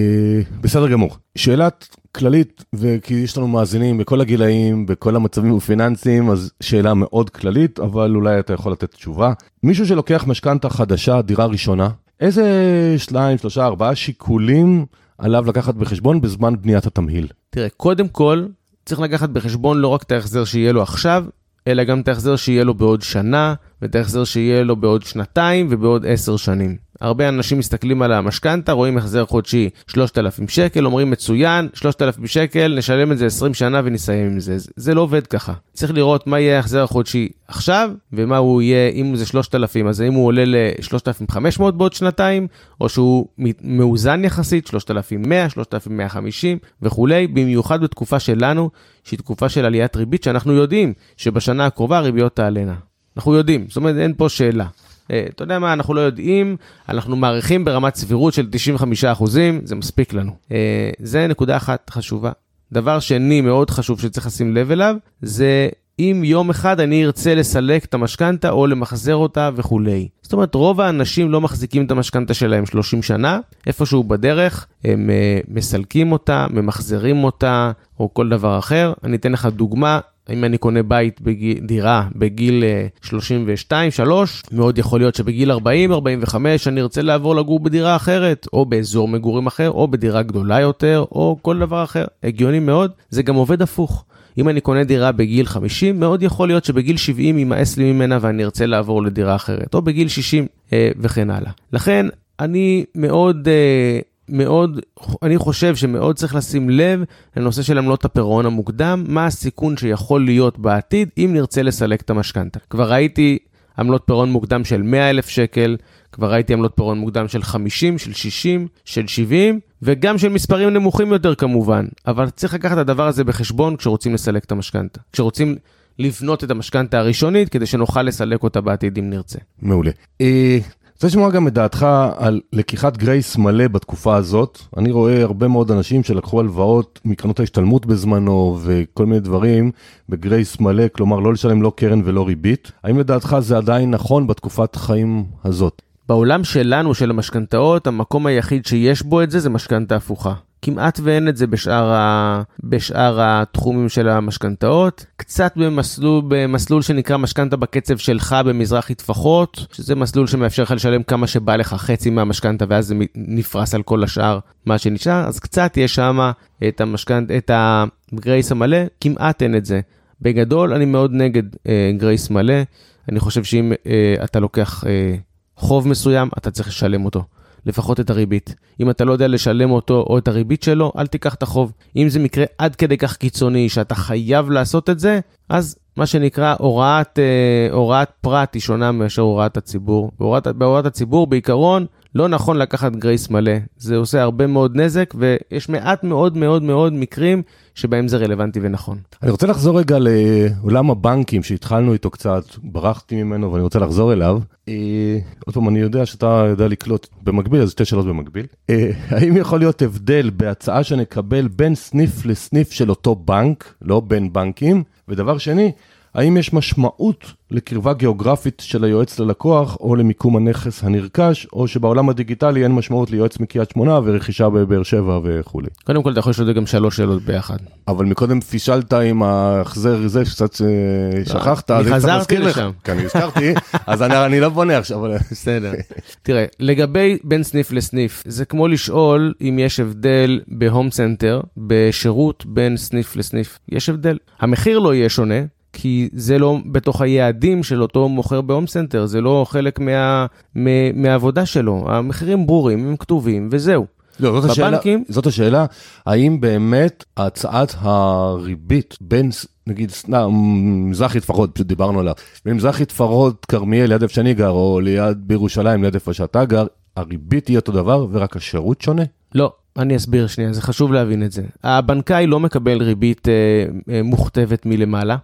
בסדר גמור. שאלת כללית, וכי יש לנו מאזינים בכל הגילאים, בכל המצבים הפיננסיים, אז שאלה מאוד כללית, אבל אולי אתה יכול לתת תשובה. מישהו שלוקח משכנתה חדשה, דירה ראשונה, איזה 2, 3, 4 שיקולים עליו לקחת בחשבון בזמן בניית התמהיל? תראה, קודם כל, צריך לקחת בחשבון לא רק את ההחזר שיהיה לו עכשיו, אלא גם את ההחזר שיהיה לו בעוד שנה, ואת ההחזר שיהיה לו בעוד שנתיים ובעוד 10 שנים. הרבה אנשים מסתכלים על המשכנתה, רואים החזר חודשי 3,000 שקל, אומרים מצוין, 3,000 שקל, נשלם את זה 20 שנה ונסיים עם זה. זה לא עובד ככה. צריך לראות מה יהיה החזר החודשי עכשיו, ומה הוא יהיה, אם זה 3,000, אז אם הוא עולה ל-3,500 בעוד שנתיים, או שהוא מאוזן יחסית, 3,100, 3,150 וכו', במיוחד בתקופה שלנו, שהיא תקופה של עליית ריבית, שאנחנו יודעים שבשנה הקרובה הריביות תעלנה. אנחנו יודעים, זאת אומרת, אין פה שאלה. אתה יודע מה, אנחנו לא יודעים, אנחנו מעריכים ברמת סבירות של 95%, זה מספיק לנו. זה נקודה אחת חשובה. דבר שני מאוד חשוב שצריך לשים לב אליו, זה אם יום אחד אני ארצה לסלק את המשכנתה או למחזר אותה וכו'. זאת אומרת, רוב האנשים לא מחזיקים את המשכנתה שלהם 30 שנה, איפשהו בדרך, הם מסלקים אותה, ממחזרים אותה, או כל דבר אחר. אני אתן לך דוגמה, אם אני קונה בית דירה בגיל 32-3, מאוד יכול להיות שבגיל 40-45 אני ארצה לעבור לגור בדירה אחרת, או באזור מגורים אחר, או בדירה גדולה יותר, או כל דבר אחר. הגיוני מאוד, זה גם עובד הפוך. אם אני קונה דירה בגיל 50, מאוד יכול להיות שבגיל 70 יימאס לי ממנה ואני ארצה לעבור לדירה אחרת, או בגיל 60 וכן הלאה. לכן אני אני חושב שמאוד צריך לשים לב לנושא של עמלות הפירעון המוקדם, מה הסיכון שיכול להיות בעתיד אם נרצה לסלק את המשכנתה. כבר ראיתי עמלות פירעון מוקדם של 100,000 שקל, כבר ראיתי עמלות פירעון מוקדם של 50, של 60, של 70, וגם של מספרים נמוכים יותר כמובן. אבל צריך לקחת את הדבר הזה בחשבון כשרוצים לסלק את המשכנתה. כשרוצים לבנות את המשכנתה הראשונית, כדי שנוכל לסלק אותה בעתיד אם נרצה. מעולה. רוצה לשמוע גם את דעתך על לקיחת גרייס מלא בתקופה הזאת. אני רואה הרבה מאוד אנשים שלקחו הלוואות מקרנות ההשתלמות בזמנו וכל מיני דברים בגרייס מלא, כלומר לא לשלם לא קרן ולא ריבית. האם לדעתך זה עדיין נכון בתקופת החיים הזאת? בעולם שלנו, של המשכנתאות, המקום היחיד שיש בו את זה, זה משכנתה הפוכה. כמעט ואין את זה בשאר התחומים של המשכנתאות. קצת במסלול שנקרא משכנתה בקצב שלך במזרחי טפחות, שזה מסלול שמאפשר לך לשלם כמה שבא לך חצי מהמשכנתה, ואז זה נפרס על כל השאר מה שנשאר. אז קצת יש שם את הגרייס המלא, כמעט אין את זה. בגדול, אני מאוד נגד גרייס מלא. אני חושב שאם אתה לוקח חוב מסוים, אתה צריך לשלם אותו. לפחות את הריבית. אם אתה לא יודע לשלם אותו או את הריבית שלו, אל תיקח את החוב. אם זה מקרה עד כדי כך קיצוני שאתה חייב לעשות את זה, אז מה שנקרא הוראת פרט היא שונה מאשר הוראת הציבור. בהוראת הציבור בעיקרון לא נכון לקחת גרייס מלא. זה עושה הרבה מאוד נזק, ויש מעט מאוד מאוד מאוד מקרים שבהם זה רלוונטי ונכון. אני רוצה לחזור רגע לעולם הבנקים שהתחלנו איתו קצת, ברחתי ממנו ואני רוצה לחזור אליו. עוד פעם, אני יודע שאתה יודע לקלוט במקביל, אז 2 שאלות במקביל. האם יכול להיות הבדל בהצעה שנקבל בין סניף לסניף של אותו בנק, לא בין בנקים? ודבר שני, האם יש משמעות לקרבה גיאוגרפית של היועץ ללקוח, או למיקום הנכס הנרכש, או שבעולם הדיגיטלי אין משמעות ליועץ מקריית שמונה ורכישה בבאר שבע וכו'. קודם כל, אתה יכול לשאול גם 3 שאלות ביחד. אבל מקודם פישלת עם ההחזר הזה, שקצת שכחת. אני חזרתי לשם. כן, הזכרתי, אז אני לא בונה עכשיו. בסדר. תראה, לגבי בין סניף לסניף, זה כמו לשאול אם יש הבדל בהום סנטר, בשירות בין סניף לסניף. יש הבדל. המחיר לא יהיה שונה, כי זה לא בתוך היעדים של אותו מוכר בהום סנטר, זה לא חלק מהעבודה שלו. המחירים ברורים, הם כתובים, וזהו. לא, זאת השאלה, האם באמת הצעת הריבית בין, נגיד, מזרחי טפחות, פשוט דיברנו עליו, בין מזרחי טפחות כרמיאל ליד איפה שאני גר, או ליד בירושלים ליד איפה שאתה גר, הריבית היא אותו דבר, ורק השירות שונה? לא. אני אסביר שנייה, זה חשוב להבין את זה. הבנקאי לא מקבל ריבית מוכתבת מלמעלה.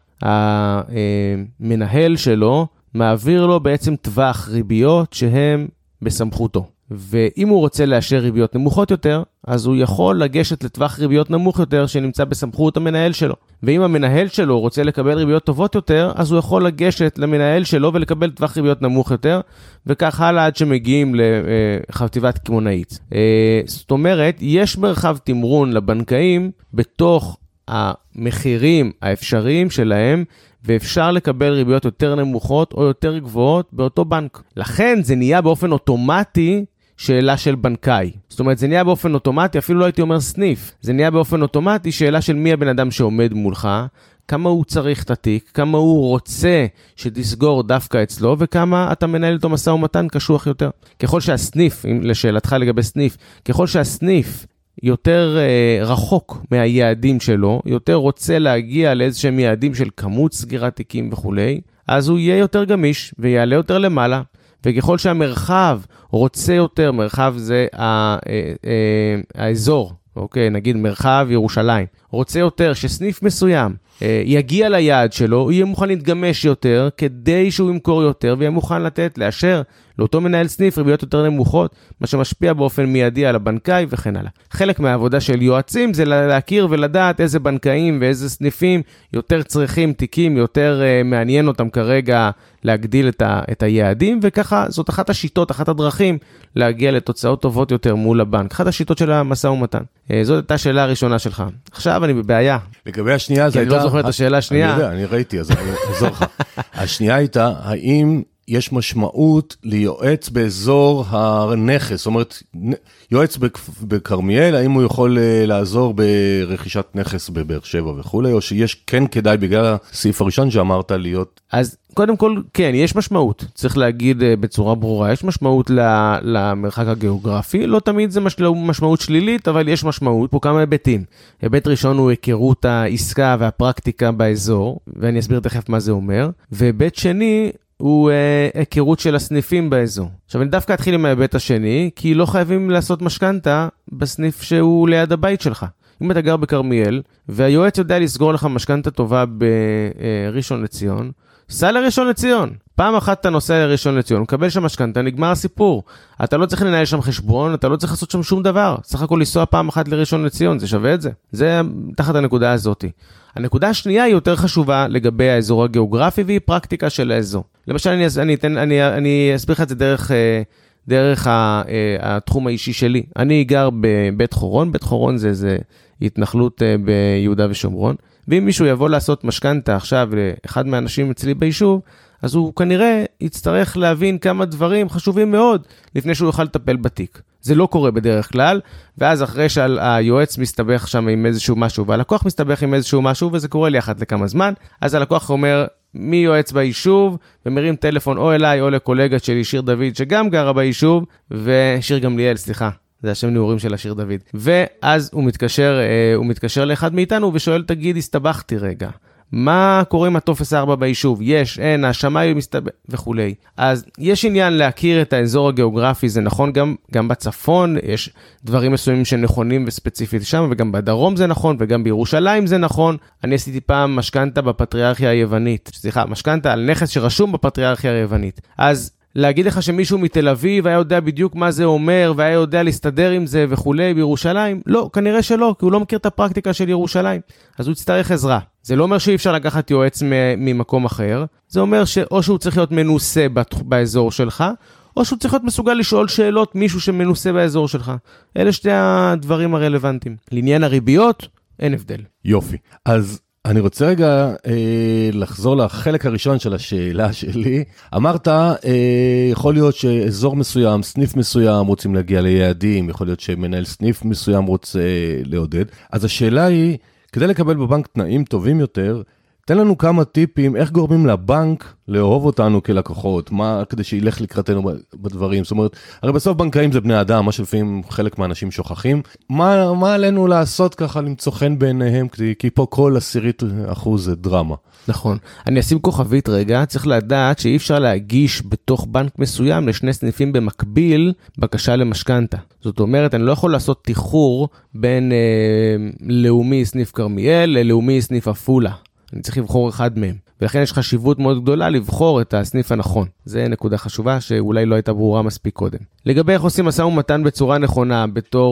המנהל שלו מעביר לו בעצם טווח ריביות שהם בסמכותו. ואם הוא רוצה לאשר ריביות נמוכות יותר, אז הוא יכול לגשת לטווח ריביות נמוך יותר שנמצא בסמכות המנהל שלו. ואם המנהל שלו רוצה לקבל ריביות טובות יותר, אז הוא יכול לגשת למנהל שלו ולקבל טווח ריביות נמוך יותר, וכך הלאה עד שמגיעים לחטיבת קמעונאית. זאת אומרת, יש מרחב תמרון לבנקאים בתוך המחירים האפשריים שלהם, ואפשר לקבל ריביות יותר נמוכות או יותר גבוהות באותו בנק. לכן זה נהיה באופן אוטומטי שאלה של בנקאי. זאת אומרת, זה נהיה באופן אוטומטי, אפילו לא הייתי אומר סניף, זה נהיה באופן אוטומטי שאלה של מי הבן אדם שעומד מולך, כמה הוא צריך את התיק, כמה הוא רוצה שתסגור דווקא אצלו, וכמה אתה מנהל אותו משא ומתן קשוח יותר. ככל שהסניף, לשאלתך לגבי סניף, ככל שהסניף יותר רחוק מהיעדים שלו, יותר רוצה להגיע לאיזשהם יעדים של כמות סגירת תיקים וכו', אז הוא יהיה יותר גמיש ויעלה יותר למעלה, וככל שהמרחב רוצה יותר, מרחב זה האזור, אוקיי, נגיד מרחב ירושלים, רוצה יותר שסניף מסוים יגיע ליעד שלו, הוא יהיה מוכן להתגמש יותר, כדי שהוא ימכור יותר, ויהיה מוכן לאשר לאותו מנהל סניף ריביות יותר נמוכות, מה שמשפיע באופן מיידי על הבנקאי וכן הלאה. חלק מהעבודה של יועצים זה להכיר ולדעת איזה בנקאים ואיזה סניפים יותר צריכים תיקים, יותר מעניין אותם כרגע להגדיל את היעדים, וככה זאת אחת השיטות, אחת הדרכים להגיע לתוצאות טובות יותר מול הבנק. אחת השיטות של המשא ומתן. זאת הייתה השאלה הראשונה שלך. עכשיו אני בבעיה. לגבי השנייה זה הייתה... אני לא זוכר את השאלה השנייה. אני יודע, אני ראיתי, אז אני אעזור לך. השנייה הייתה, האם יש משמעות ליועץ באזור הנכס? זאת אומרת, יועץ בקרמיאל, האם הוא יכול לעזור ברכישת נכס בבאר שבע וכו', או שיש כן כדאי בגלל הסעיף הראשון שאמרת להיות... אז קודם כל, כן, יש משמעות. צריך להגיד בצורה ברורה, יש משמעות למרחק הגיאוגרפי. לא תמיד זה משמעות שלילית, אבל יש משמעות. פה כמה היבטים. היבט ראשון הוא היכרות העסקה והפרקטיקה באזור, ואני אסביר תכף מה זה אומר. והיבט שני הוא היכרות של הסניפים באזור. עכשיו אני דווקא אתחיל עם ההיבט השני, כי לא חייבים לעשות משכנתה בסניף שהוא ליד הבית שלך. אם אתה גר בקרמיאל, והיועץ יודע לסגור לך משכנתה טובה בראשון לציון, סע לראשון לציון. פעם אחת אתה נוסע לראשון לציון, מקבל שם משכנתה, נגמר הסיפור. אתה לא צריך לנהל שם חשבון, אתה לא צריך לעשות שם שום דבר. סך הכל לנסוע פעם אחת לראשון לציון, זה שווה את זה. זה תחת הנקודה הזאת. הנקודה השנייה היא יותר חשובה לגבי האזור הגיאוגרפי, והיא פרקטיקה של האזור. למשל, אני אסביר לך את זה דרך התחום האישי שלי. אני גר בבית חורון, בית חורון זה התנחלות ביהודה ושומרון, ואם מישהו יבוא לעשות משכנתה עכשיו לאחד מהאנשים אצלי ביישוב, אז הוא כנראה יצטרך להבין כמה דברים חשובים מאוד לפני שהוא יוכל לטפל בתיק. זה לא קורה בדרך כלל, ואז אחרי שהיועץ מסתבך שם עם איזשהו משהו, והלקוח מסתבך עם איזשהו משהו, וזה קורה לי אחת לכמה זמן, אז הלקוח אומר, מי יועץ ביישוב, ומרים טלפון או אליי או לקולגה שלי, שיר דוד, שגם גרה ביישוב, ושיר גמליאל, סליחה. זה השם נעורים של השיר דוד. ואז הוא מתקשר לאחד מאיתנו ושואל, תגיד, הסתבכתי רגע. מה קורה עם הטופס 4 ביישוב? יש, אין, השמאי מסתבך וכו'. אז יש עניין להכיר את האזור הגיאוגרפי, זה נכון גם בצפון, יש דברים מסוימים שנכונים וספציפית שם, וגם בדרום זה נכון, וגם בירושלים זה נכון. אני עשיתי פעם משכנתה בפטריארכיה היוונית, משכנתה על נכס שרשום בפטריארכיה היוונית. אז להגיד לך שמישהו מתל אביב היה יודע בדיוק מה זה אומר, והיה יודע להסתדר עם זה וכולי בירושלים? לא, כנראה שלא, כי הוא לא מכיר את הפרקטיקה של ירושלים. אז הוא יצטרך עזרה. זה לא אומר שאי אפשר לקחת יועץ ממקום אחר, זה אומר שאו שהוא צריך להיות מנוסה באזור שלך, או שהוא צריך להיות מסוגל לשאול שאלות מישהו שמנוסה באזור שלך. אלה שתי הדברים הרלוונטיים. לעניין הריביות, אין הבדל. יופי. אז אני רוצה רגע לחזור לחלק הראשון של השאלה שלי. אמרת, יכול להיות שאזור מסוים, סניף מסוים רוצים להגיע ליעדים, יכול להיות שמנהל סניף מסוים רוצה לעודד. אז השאלה היא, כדי לקבל בבנק תנאים טובים יותר, תן לנו כמה טיפים, איך גורמים לבנק לאהוב אותנו כלקוחות, מה כדי שילך לקראתנו בדברים, זאת אומרת, הרי בסוף בנקאים זה בני אדם, מה שלפעמים חלק מהאנשים שוכחים, מה עלינו לעשות ככה למצוא חן בעיניהם, כי פה כל 10% זה דרמה. נכון, אני אשים כוכבית רגע, צריך לדעת שאי אפשר להגיש בתוך בנק מסוים לשני סניפים במקביל בקשה למשכנתה. זאת אומרת, אני לא יכול לעשות תיחור בין לאומי סניף קרמיאל ללאומי סניף עפולה. אני צריך לבחור אחד מהם. ולכן יש חשיבות מאוד גדולה לבחור את הסניף הנכון. זה נקודה חשובה שאולי לא הייתה ברורה מספיק קודם. לגבי איך עושים משא ומתן בצורה נכונה,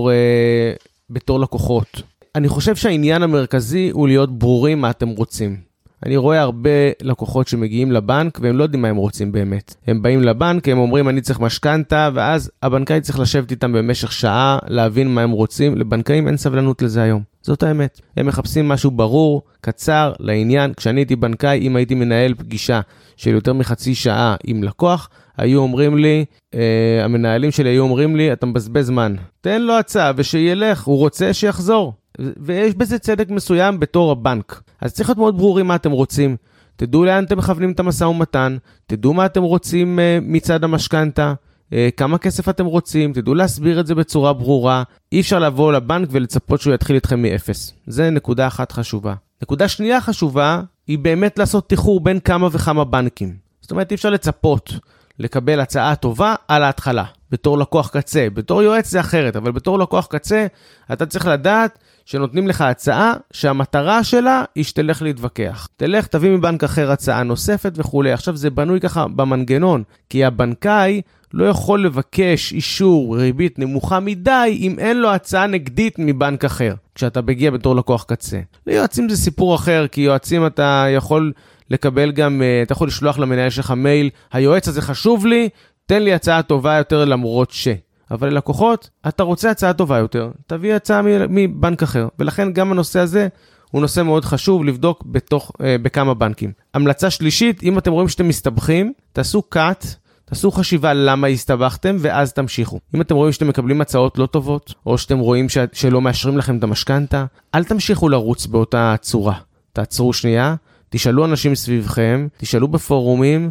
בתור לקוחות. אני חושב שהעניין המרכזי הוא להיות ברורים מה אתם רוצים. אני רואה הרבה לקוחות שמגיעים לבנק והם לא יודעים מה הם רוצים באמת. הם באים לבנק, הם אומרים אני צריך משכנתה, ואז הבנקאי צריך לשבת איתם במשך שעה, להבין מה הם רוצים. לבנקאים אין סבלנות לזה היום. זאת האמת. הם מחפשים משהו ברור, קצר, לעניין. כשאני הייתי בנקאי, אם הייתי מנהל פגישה של יותר מחצי שעה עם לקוח, היו אומרים לי, המנהלים שלי היו אומרים לי, אתה מבזבז זמן. תן לו הצעה ושילך, הוא רוצה שיחזור. ויש בזה צדק מסוים בתור הבנק. אז צריך להיות מאוד ברורים מה אתם רוצים. תדעו לאן אתם מכוונים את המשא ומתן, תדעו מה אתם רוצים מצד המשכנתה, כמה כסף אתם רוצים, תדעו להסביר את זה בצורה ברורה. אי אפשר לבוא לבנק ולצפות שהוא יתחיל איתכם מאפס. זה נקודה אחת חשובה. נקודה שנייה חשובה היא באמת לעשות תיחור בין כמה וכמה בנקים. זאת אומרת, אי אפשר לצפות לקבל הצעה טובה על ההתחלה, בתור לקוח קצה. בתור יועץ זה אחרת, אבל בתור לקוח קצה, אתה צריך לדעת שנותנים לך הצעה שהמטרה שלה היא שתלך להתווכח. תלך, תביא מבנק אחר הצעה נוספת וכו'. עכשיו זה בנוי ככה במנגנון, כי הבנקאי לא יכול לבקש אישור ריבית נמוכה מדי אם אין לו הצעה נגדית מבנק אחר, כשאתה מגיע בתור לקוח קצה. ליועצים זה סיפור אחר, כי יועצים אתה יכול לקבל גם, אתה יכול לשלוח למנהל שלך מייל, היועץ הזה חשוב לי, תן לי הצעה טובה יותר למרות ש. אבל ללקוחות, אתה רוצה הצעה טובה יותר, תביא הצעה מבנק אחר. ולכן גם הנושא הזה הוא נושא מאוד חשוב לבדוק בכמה בנקים. המלצה שלישית, אם אתם רואים שאתם מסתבכים, תעשו cut, תעשו חשיבה למה הסתבכתם ואז תמשיכו. אם אתם רואים שאתם מקבלים הצעות לא טובות, או שאתם רואים שלא מאשרים לכם את המשכנתה, אל תמשיכו לרוץ באותה צורה. תעצרו שנייה, תשאלו אנשים סביבכם, תשאלו בפורומים,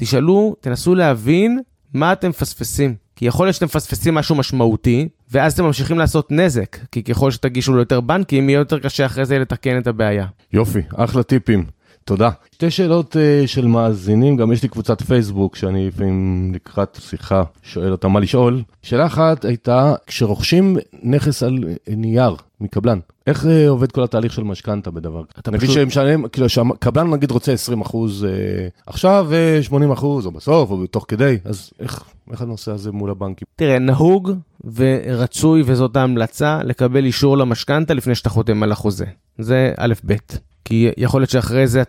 תנסו להבין מה אתם מפספסים. כי יכול להיות שאתם מפספסים משהו משמעותי, ואז אתם ממשיכים לעשות נזק, כי ככל שתגישו לו יותר בנקים, יהיה יותר קשה אחרי זה לתקן את הבעיה. יופי, אחלה טיפים. תודה. שתי שאלות של מאזינים, גם יש לי קבוצת פייסבוק, שאני לפעמים לקראת שיחה שואל אותה מה לשאול. שאלה אחת הייתה, כשרוכשים נכס על נייר מקבלן, איך עובד כל התהליך של משכנתה בדבר? אתה מבין שמשלם, כאילו שהקבלן נגיד רוצה 20% עכשיו ו80% או בסוף או בתוך כדי, אז איך הנושא הזה מול הבנקים? תראה, נהוג ורצוי וזאת ההמלצה לקבל אישור למשכנתה לפני שאתה חותם על החוזה. זה א' ב'. כי יכול להיות שאחרי זה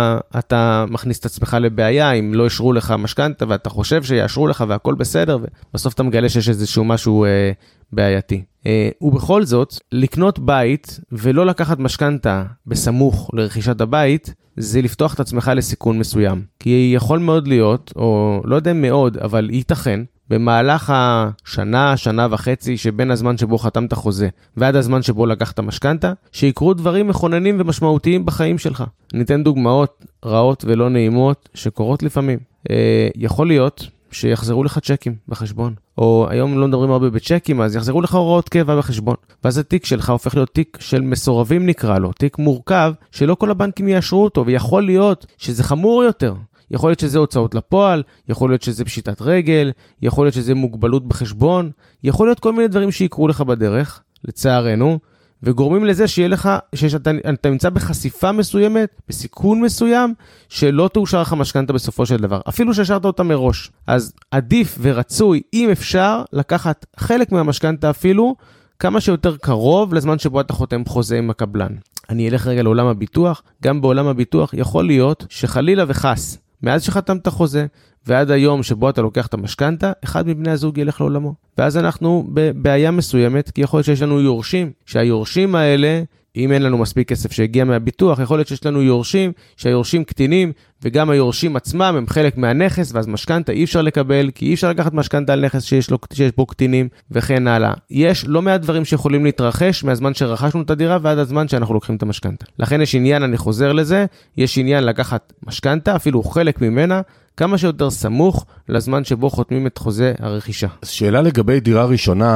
אתה מכניס את עצמך לבעיה, אם לא ישרו לך משכנתה, ואתה חושב שיאשרו לך והכל בסדר, ובסוף אתה מגלה שיש איזשהו משהו בעייתי. ובכל זאת, לקנות בית ולא לקחת משכנתה בסמוך לרכישת הבית, זה לפתוח את עצמך לסיכון מסוים. כי יכול מאוד להיות, או לא יודע מאוד, אבל ייתכן, במהלך השנה, שנה וחצי, שבין הזמן שבו חתמת חוזה, ועד הזמן שבו לקחת משכנתה, שיקרו דברים מכוננים ומשמעותיים בחיים שלך. ניתן דוגמאות רעות ולא נעימות שקורות לפעמים. יכול להיות שיחזרו לך צ'קים בחשבון, או היום לא מדברים הרבה בצ'קים, אז יחזרו לך הוראות קבע בחשבון. ואז התיק שלך הופך להיות תיק של מסורבים נקרא לו, תיק מורכב, שלא כל הבנקים יאשרו אותו, ויכול להיות שזה חמור יותר. יכול להיות שזה הוצאות לפועל, יכול להיות שזה פשיטת רגל, יכול להיות שזה מוגבלות בחשבון, יכול להיות כל מיני דברים שיקרו לך בדרך, לצערנו, וגורמים לזה שיהיה לך, שאתה נמצא בחשיפה מסוימת, בסיכון מסוים, שלא תאושר לך משכנתה בסופו של דבר, אפילו שהשארת אותה מראש. אז עדיף ורצוי, אם אפשר, לקחת חלק מהמשכנתה אפילו, כמה שיותר קרוב לזמן שבו אתה חותם חוזה עם הקבלן. אני אלך רגע לעולם הביטוח, גם בעולם הביטוח יכול להיות שחלילה וחס, מאז שחתמת חוזה, ועד היום שבו אתה לוקח את המשכנתה, אחד מבני הזוג ילך לעולמו. ואז אנחנו בבעיה מסוימת, כי יכול להיות שיש לנו יורשים, שהיורשים האלה, אם אין לנו מספיק כסף שהגיע מהביטוח, יכול להיות שיש לנו יורשים, שהיורשים קטינים, וגם היורשים עצמם הם חלק מהנכס, ואז משכנתה אי אפשר לקבל, כי אי אפשר לקחת משכנתה על נכס שיש בו קטינים, וכן הלאה. יש לא מעט דברים שיכולים להתרחש מהזמן שרכשנו את הדירה, ועד הזמן שאנחנו לוקחים את המשכנתה. לכן יש עניין, אני חוזר לזה, יש עניין לקחת משכנתה, אפילו חלק ממנה, כמה שיותר סמוך לזמן שבו חותמים את חוזה הרכישה. שאלה לגבי דירה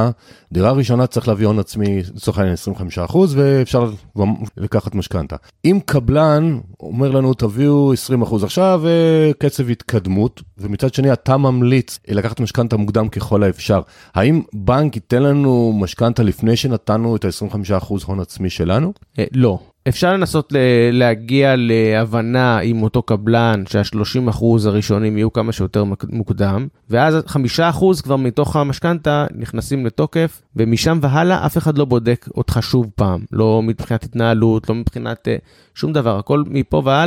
ראשונה צריך להביא הון עצמי, לצורך העניין 25%, ואפשר לקחת משכנתה. אם קבלן אומר לנו תביאו 20% עכשיו, קצב התקדמות, ומצד שני אתה ממליץ לקחת משכנתה מוקדם ככל האפשר. האם בנק ייתן לנו משכנתה לפני שנתנו את ה-25% הון עצמי שלנו? לא. אפשר לנסות להגיע להבנה עם אותו קבלן שה-30% הראשונים יהיו כמה שיותר מוקדם, ואז 5% כבר מתוך המשכנתה נכנסים לתוקף, ומשם והלאה אף אחד לא בודק אותך שוב פעם, לא מבחינת התנהלות, לא מבחינת שום דבר, הכל מפה והלאה,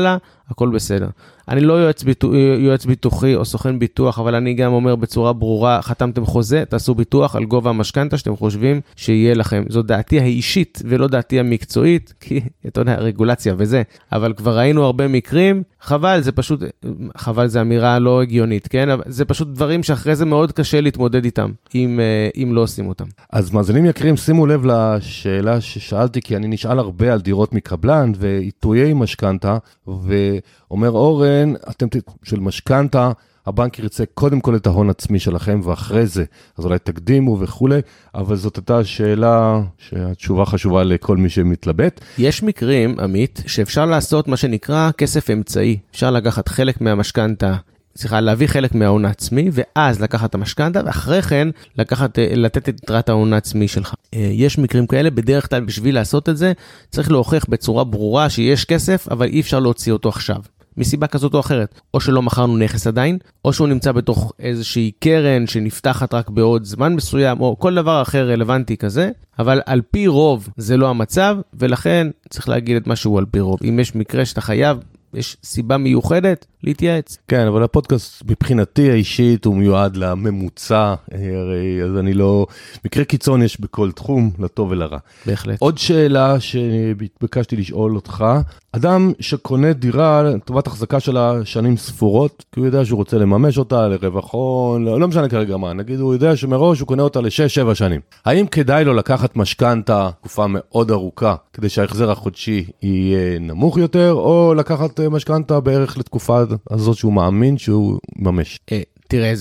הכל בסדר. אני לא יועץ ביטוחי או סוכן ביטוח, אבל אני גם אומר בצורה ברורה, חתמתם חוזה, תעשו ביטוח על גובה המשכנתה שאתם חושבים שיהיה לכם. זו דעתי האישית ולא דעתי המקצועית, כי אתה יודע, רגולציה וזה, אבל כבר ראינו הרבה מקרים, חבל, זה פשוט, חבל זה אמירה לא הגיונית, כן? אבל זה פשוט דברים שאחרי זה מאוד קשה להתמודד איתם, אם לא עושים אותם. אז מאזינים יקרים, שימו לב לשאלה ששאלתי, כי אני נשאל הרבה על דירות מקבלן ועיתויי משכנתה, ואומר אורן, אתם של משכנתה, הבנק ירצה קודם כל את ההון עצמי שלכם, ואחרי זה, אז אולי תקדימו וכו', אבל זאת הייתה שאלה שהתשובה חשובה לכל מי שמתלבט. יש מקרים, עמית, שאפשר לעשות מה שנקרא כסף אמצעי. אפשר לקחת חלק מהמשכנתה, להביא חלק מההון העצמי, ואז לקחת את המשכנתה, ואחרי כן לתת את יתרת ההון העצמי שלך. יש מקרים כאלה, בדרך כלל בשביל לעשות את זה, צריך להוכיח בצורה ברורה שיש כסף, אבל אי אפשר להוציא אותו עכשיו. מסיבה כזאת או אחרת, או שלא מכרנו נכס עדיין, או שהוא נמצא בתוך איזושהי קרן שנפתחת רק בעוד זמן מסוים, או כל דבר אחר רלוונטי כזה, אבל על פי רוב זה לא המצב, ולכן צריך להגיד את משהו על פי רוב. אם יש מקרה שאתה חייב, יש סיבה מיוחדת להתייעץ. כן, אבל הפודקאסט מבחינתי האישית הוא מיועד לממוצע, הרי אז אני לא, מקרה קיצון יש בכל תחום, לטוב ולרע. בהחלט. עוד שאלה שביקשתי לשאול אותך, אדם שקונה דירה לטובת החזקה שלה שנים ספורות, כי הוא יודע שהוא רוצה לממש אותה לרווח הון, לא משנה כרגע מה, נגיד הוא יודע שמראש הוא קונה אותה ל6-7 שנים. האם כדאי לו לקחת משכנתה תקופה מאוד ארוכה, כדי שההחזר החודשי יהיה נמוך יותר, או לקחת משכנתה בערך לתקופה הזאת שהוא מאמין שהוא ממש? תראה,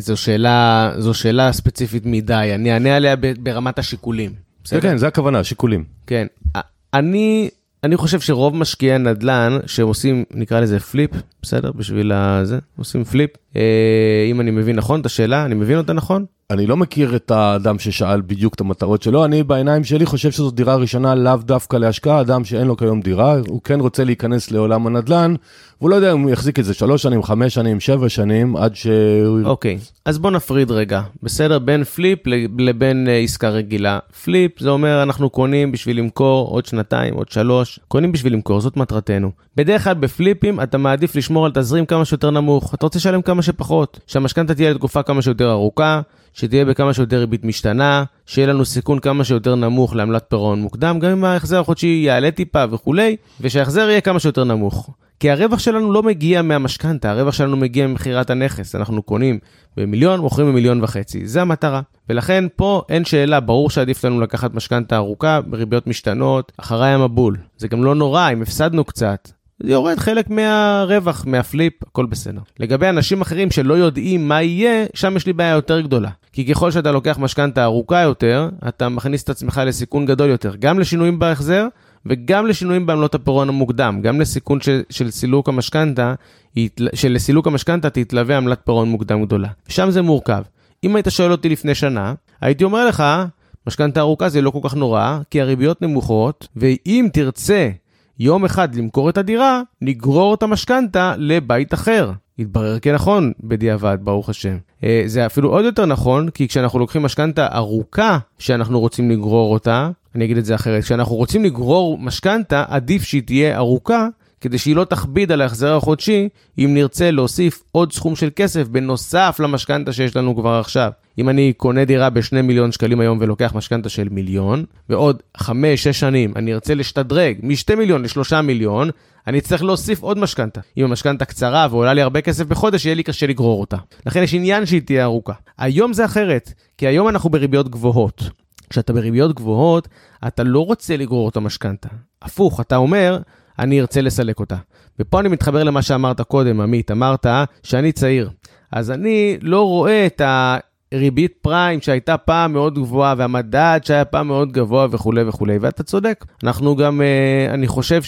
זו שאלה ספציפית מדי, אני אענה עליה ברמת השיקולים. כן, זה הכוונה, שיקולים. כן, אני חושב שרוב משקיעי הנדל"ן שעושים, נקרא לזה פליפ, בסדר? בשביל זה, עושים פליפ. אם אני מבין נכון את השאלה, אני מבין אותה נכון? אני לא מכיר את האדם ששאל בדיוק את המטרות שלו, אני בעיניים שלי חושב שזו דירה ראשונה לאו דווקא להשקעה, אדם שאין לו כיום דירה, הוא כן רוצה להיכנס לעולם הנדל"ן, והוא לא יודע אם הוא יחזיק את זה 3 שנים, 5 שנים, 7 שנים, עד שהוא... אוקיי, אז בוא נפריד רגע, בסדר? בין פליפ לבין עסקה רגילה. פליפ זה אומר אנחנו קונים בשביל למכור עוד 2, עוד 3, קונים בשביל למכור, זאת מטרתנו. בדרך כלל בפליפים אתה מעדיף לשמור על תזרים כמה שיותר נמוך, אתה רוצה לשלם כמה שפחות, שהמשכנתה תהיה לתקופה כמה שיותר ארוכה, שתהיה בכמה שיותר ריבית משתנה, שיהיה לנו סיכון כמה שיותר נמוך לעמלת פירעון מוקדם, גם אם ההחזר החודשי יעלה טיפה וכולי, ושההחזר יהיה כמה שיותר נמוך. כי הרווח שלנו לא מגיע מהמשכנתה, הרווח שלנו מגיע ממחירת הנכס, אנחנו קונים ב1,000,000, מוכרים ב1,500,000, זה המטרה. ולכן פה אין שאלה, ברור שעדיף לנו לקחת משכנתה ארוכה, בריביות משתנות, אחרי המבול. זה גם לא נורא, אם הפסדנו קצת. זה יורד חלק מהרווח, מהפליפ, הכל בסדר. לגבי אנשים אחרים שלא יודעים מה יהיה, שם יש לי בעיה יותר גדולה. כי ככל שאתה לוקח משכנתה ארוכה יותר, אתה מכניס את עצמך לסיכון גדול יותר, גם לשינויים בהחזר, וגם לשינויים בעמלות הפירעון המוקדם, גם לסיכון של סילוק המשכנתה, שלסילוק המשכנתה תתלווה עמלת פירעון מוקדם גדולה. שם זה מורכב. אם היית שואל אותי לפני שנה, הייתי אומר לך, משכנתה ארוכה זה לא כל כך נורא, כי הריביות נמוכות, ואם תרצה יום אחד למכור את הדירה, נגרור את המשכנתה לבית אחר. יתברר כנכון בדיעבד, ברוך השם. זה אפילו עוד יותר נכון, כי כשאנחנו לוקחים משכנתה ארוכה, שאנחנו רוצים לגרור אותה, אני אגיד את זה אחרת, כשאנחנו רוצים לגרור משכנתה, עדיף שהיא תהיה ארוכה, כדי שהיא לא תכביד על ההחזר החודשי, אם נרצה להוסיף עוד סכום של כסף, בנוסף למשכנתה שיש לנו כבר עכשיו. אם אני קונה דירה ב2 מיליון שקלים היום, ולוקח משכנתה של 1,000,000, ועוד 5-6 שנים, אני ארצה להשתדרג מ2 מיליון ל3 מיליון, אני צריך להוסיף עוד משכנתה. אם המשכנתה קצרה ועולה לי הרבה כסף בחודש, יהיה לי קשה לגרור אותה. לכן יש עניין שהיא תהיה ארוכה. היום זה אחרת, כי היום אנחנו בריביות גבוהות. כשאתה בריביות גבוהות, אתה לא רוצה לגרור אותה משכנתה. הפוך, אתה אומר, אני ארצה לסלק אותה. ופה אני מתחבר למה שאמרת קודם, עמית. אמרת שאני צעיר. אז אני לא רואה את ריבית פריים שהייתה פעם מאוד גבוהה, והמדד שהיה פעם מאוד גבוה וכו' וכו'. ואתה צודק. אנחנו גם, אני חושב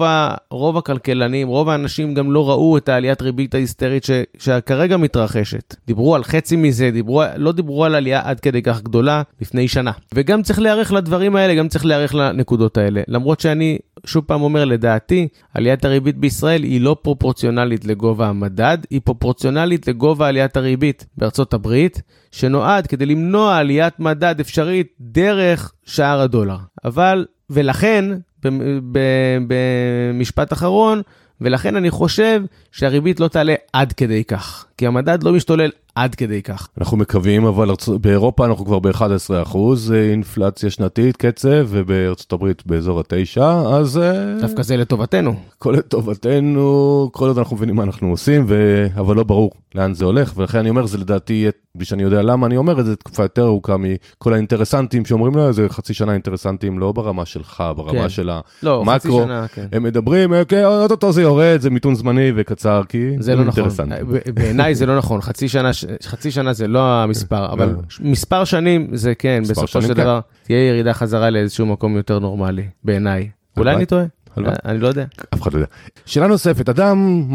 שרוב הכלכלנים, רוב האנשים גם לא ראו את העליית ריבית ההיסטרית שכרגע מתרחשת. דיברו על חצי מזה, לא דיברו על עלייה עד כדי כך גדולה לפני שנה. וגם צריך להיערך לדברים האלה, גם צריך להיערך לנקודות האלה. למרות שאני שוב פעם אומר, לדעתי, עליית הריבית בישראל היא לא פרופורציונלית לגובה המדד, היא פרופורציונלית לגובה עליית הריבית בארצות הברית, שנועד כדי למנוע עליית מדד אפשרית דרך שער הדולר. ולכן, במשפט אחרון, ולכן אני חושב שהריבית לא תעלה עד כדי כך, כי המדד לא משתולל עד כדי כך. אנחנו מקווים, אבל באירופה אנחנו כבר ב-11% אינפלציה שנתית, קצב, ובארצות הברית באזור ה9, אז... דווקא זה לטובתנו. כל לטובתנו, כל עוד אנחנו מבינים מה אנחנו עושים, אבל לא ברור לאן זה הולך, ולכן אני אומר, זה לדעתי, בלי שאני יודע למה אני אומר את זה, תקופה יותר ארוכה מכל האינטרסנטים שאומרים לו, זה חצי שנה אינטרסנטים, לא ברמה שלך, ברמה של המקרו. הם מדברים, אותו זה יורד, זה מיתון זמני וקצר, כי זה לא נכון. בעיניי זה לא נכון. חצי שנה זה לא המספר, אבל מספר שנים זה כן, בסופו של דבר, תהיה ירידה חזרה לאיזשהו מקום יותר נורמלי, בעיניי. אולי אני טועה? אני לא יודע. אף אחד לא יודע. שאלה נוספת, אדם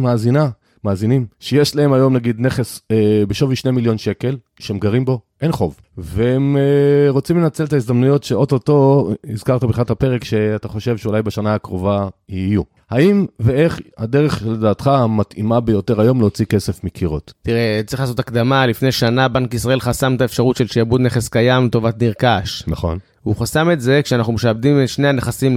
מאזינים, שיש להם היום נגיד נכס בשווי 2 מיליון שקל, שהם גרים בו, אין חוב. והם רוצים לנצל את ההזדמנויות שאוטוטו, הזכרת בכלל הפרק שאתה חושב שאולי בשנה הקרובה יהיו. האם ואיך הדרך לדעתך המתאימה ביותר היום להוציא כסף מקירות? תראה, צריך לעשות הקדמה, לפני שנה בנק ישראל חסם את האפשרות של שיעבוד נכס קיים לטובת נרכש. נכון. הוא חסם את זה כשאנחנו משעבדים את שני הנכסים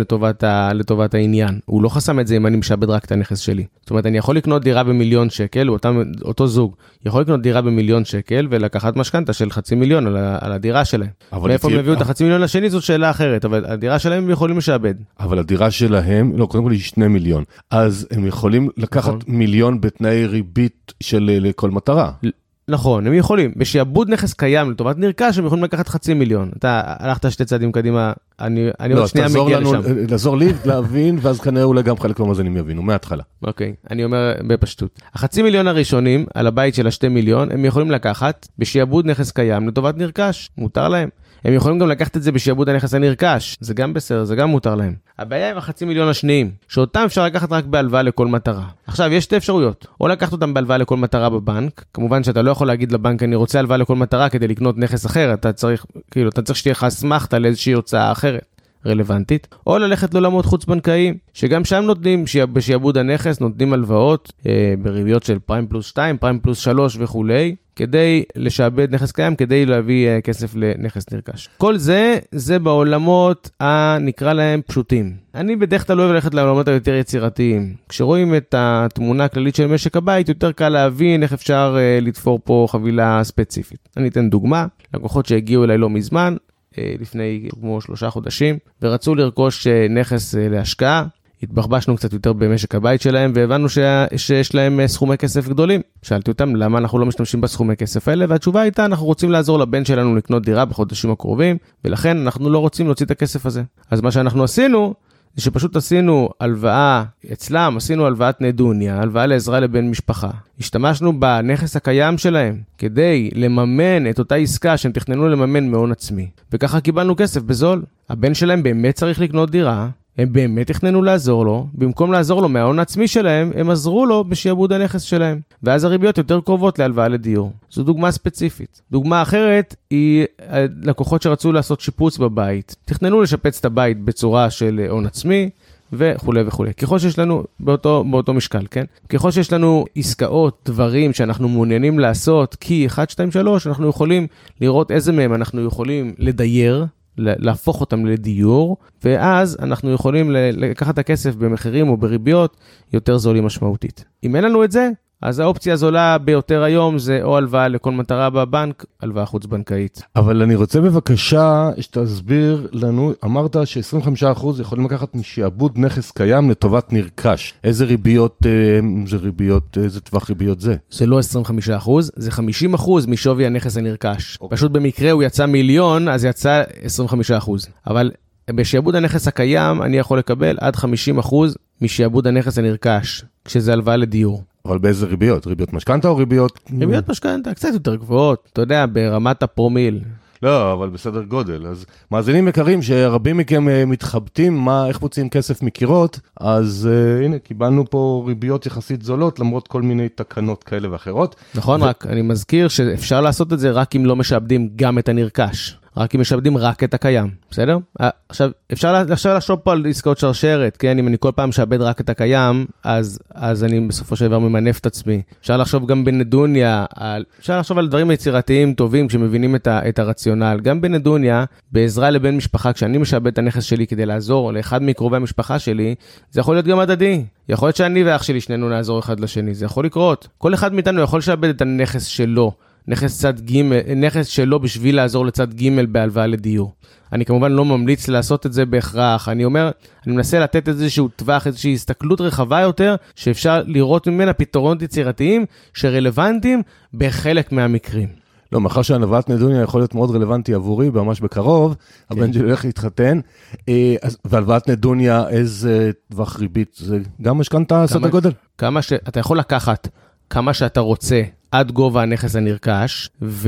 לטובת העניין. הוא לא חסם את זה אם אני משעבד רק את הנכס שלי. זאת אומרת, אני יכול לקנות דירה ב1,000,000 שקל, אותו זוג יכול לקנות דירה ב1,000,000 שקל, ולקחת משכנתה של 500,000 על הדירה שלהם. מאיפה הם הביאו את ה500,000 לשני, זאת שאלה אחרת, אבל הדירה שלהם הם יכולים לשעבד. אבל הדירה שלהם, לא, קודם כל היא 2 מיליון. אז הם יכולים לקחת 1,000,000 בתנאי ריבית לכל מטרה. נכון, הם יכולים. בשיעבוד נכס קיים לטובת נרכש, הם יכולים לקחת 500,000. אתה הלכת 2 צעדים קדימה, אני עוד שנייה מגיע לשם. לעזור לי להבין, ואז כנראה אולי גם חלק מהמאזינים יבינו, מההתחלה. אוקיי, אני אומר בפשטות. ה500,000 הראשונים, על הבית של ה2 מיליון, הם יכולים לקחת בשיעבוד נכס קיים לטובת נרכש. מותר להם. הם יכולים גם לקחת את זה בשיעבוד הנכס הנרכש. זה גם בסדר, זה גם מותר להם. הבעיה עם ה500,000 השניים, שאותם אפשר לקחת רק בהלוואה לכל מטרה. עכשיו, יש 2 אפשרויות. או לקחת אותם בהלוואה לכל מטרה בבנק. כמובן שאתה לא יכול להגיד לבנק, אני רוצה הלוואה לכל מטרה כדי לקנות נכס אחר. אתה צריך שתהיה לך אסמכתה לאיזושהי הוצאה אחרת. רלוונטית, או ללכת לעולמות חוץ-בנקאיים, שגם שם נותנים, בשיעבוד הנכס, נותנים הלוואות בריביות של פריים פלוס 2, פריים פלוס 3 וכו', כדי לשעבד נכס קיים, כדי להביא כסף לנכס נרכש. כל זה בעולמות נקרא להם פשוטים. אני בדרך כלל לא אוהב ללכת לעולמות היותר יצירתיים. כשרואים את התמונה הכללית של משק הבית, יותר קל להבין איך אפשר לתפור פה חבילה ספציפית. אני אתן דוגמה, לקוחות שהגיעו אליי לא מזמן, לפני כמו 3 חודשים, ורצו לרכוש נכס להשקעה, התבחבשנו קצת יותר במשק הבית שלהם, והבנו שיש להם סכומי כסף גדולים. שאלתי אותם למה אנחנו לא משתמשים בסכומי כסף האלה, והתשובה הייתה, אנחנו רוצים לעזור לבן שלנו לקנות דירה בחודשים הקרובים, ולכן אנחנו לא רוצים להוציא את הכסף הזה. אז מה שאנחנו עשינו, זה שפשוט עשינו הלוואה אצלם, עשינו הלוואת נדוניה, הלוואה לעזרה לבן משפחה. השתמשנו בנכס הקיים שלהם, כדי לממן את אותה עסקה שהם תכננו לממן מהון עצמי. וככה קיבלנו כסף בזול. הבן שלהם באמת צריך לקנות דירה, הם באמת תכננו לעזור לו, במקום לעזור לו מההון העצמי שלהם, הם עזרו לו בשיעבוד הנכס שלהם. ואז הריביות יותר קרובות להלוואה לדיור. זו דוגמה ספציפית. דוגמה אחרת היא לקוחות שרצו לעשות שיפוץ בבית. תכננו לשפץ את הבית בצורה של הון עצמי, וכו' וכו'. ככל שיש לנו, באותו משקל, כן? ככל שיש לנו עסקאות, דברים שאנחנו מעוניינים לעשות, כי 1, 2, 3, אנחנו יכולים לראות איזה מהם אנחנו יכולים לדייר, להפוך אותם לדיור, ואז אנחנו יכולים לקחת את הכסף במחירים או בריביות יותר זולים משמעותית. אם אין לנו את זה, אז האופציה הזולה ביותר היום זה או הלוואה לכל מטרה בבנק, הלוואה חוץ-בנקאית. אבל אני רוצה בבקשה שתסביר לנו, אמרת ש25% יכולים לקחת משעבוד נכס קיים לטובת נרכש. איזה ריביות, איזה טווח ריביות זה? זה לא 25%, זה 50% משווי הנכס הנרכש. פשוט במקרה הוא יצא 1,000,000, אז יצא 25%. אבל בשעבוד הנכס הקיים אני יכול לקבל עד 50% משעבוד הנכס הנרכש, כשזה הלוואה לדיור. אבל באיזה ריביות? ריביות משכנתה או ריביות? ריביות משכנתה, קצת יותר גבוהות, אתה יודע, ברמת הפרומיל. לא, אבל בסדר גודל. אז מאזינים יקרים שרבים מכם מתחבטים איך מוצאים כסף מקירות, אז הנה, קיבלנו פה ריביות יחסית זולות, למרות כל מיני תקנות כאלה ואחרות. נכון, רק אני מזכיר שאפשר לעשות את זה רק אם לא משעבדים גם את הנרכש. רק אם משעבדים רק את הקיים, בסדר? עכשיו, אפשר לחשוב פה על עסקאות שרשרת, כן? אם אני כל פעם משעבד רק את הקיים, אז אני בסופו של דבר ממנף את עצמי. אפשר לחשוב גם בנדוניה, אפשר לחשוב על דברים יצירתיים טובים, כשמבינים את הרציונל. גם בנדוניה, בעזרה לבן משפחה, כשאני משעבד את הנכס שלי כדי לעזור לאחד מקרובי המשפחה שלי, זה יכול להיות גם הדדי. יכול להיות שאני ואח שלי שנינו נעזור אחד לשני, זה יכול לקרות. כל אחד מאיתנו יכול לשעבד את הנכס שלו, נכס שלו בשביל לעזור לצד ג' בהלוואה לדיור. אני כמובן לא ממליץ לעשות את זה בהכרח. אני מנסה לתת איזשהו טווח, איזושהי הסתכלות רחבה יותר, שאפשר לראות ממנה פתרונות יצירתיים שרלוונטיים בחלק מהמקרים. לא, מאחר שהנבואת נדוניה יכול להיות מאוד רלוונטי עבורי, ממש בקרוב, הבן שלי הולך להתחתן, והלוואת נדוניה, איזה טווח ריבית, זה גם משכנתא סדר גודל? אתה יכול לקחת כמה שאתה רוצה, עד גובה הנכס הנרכש,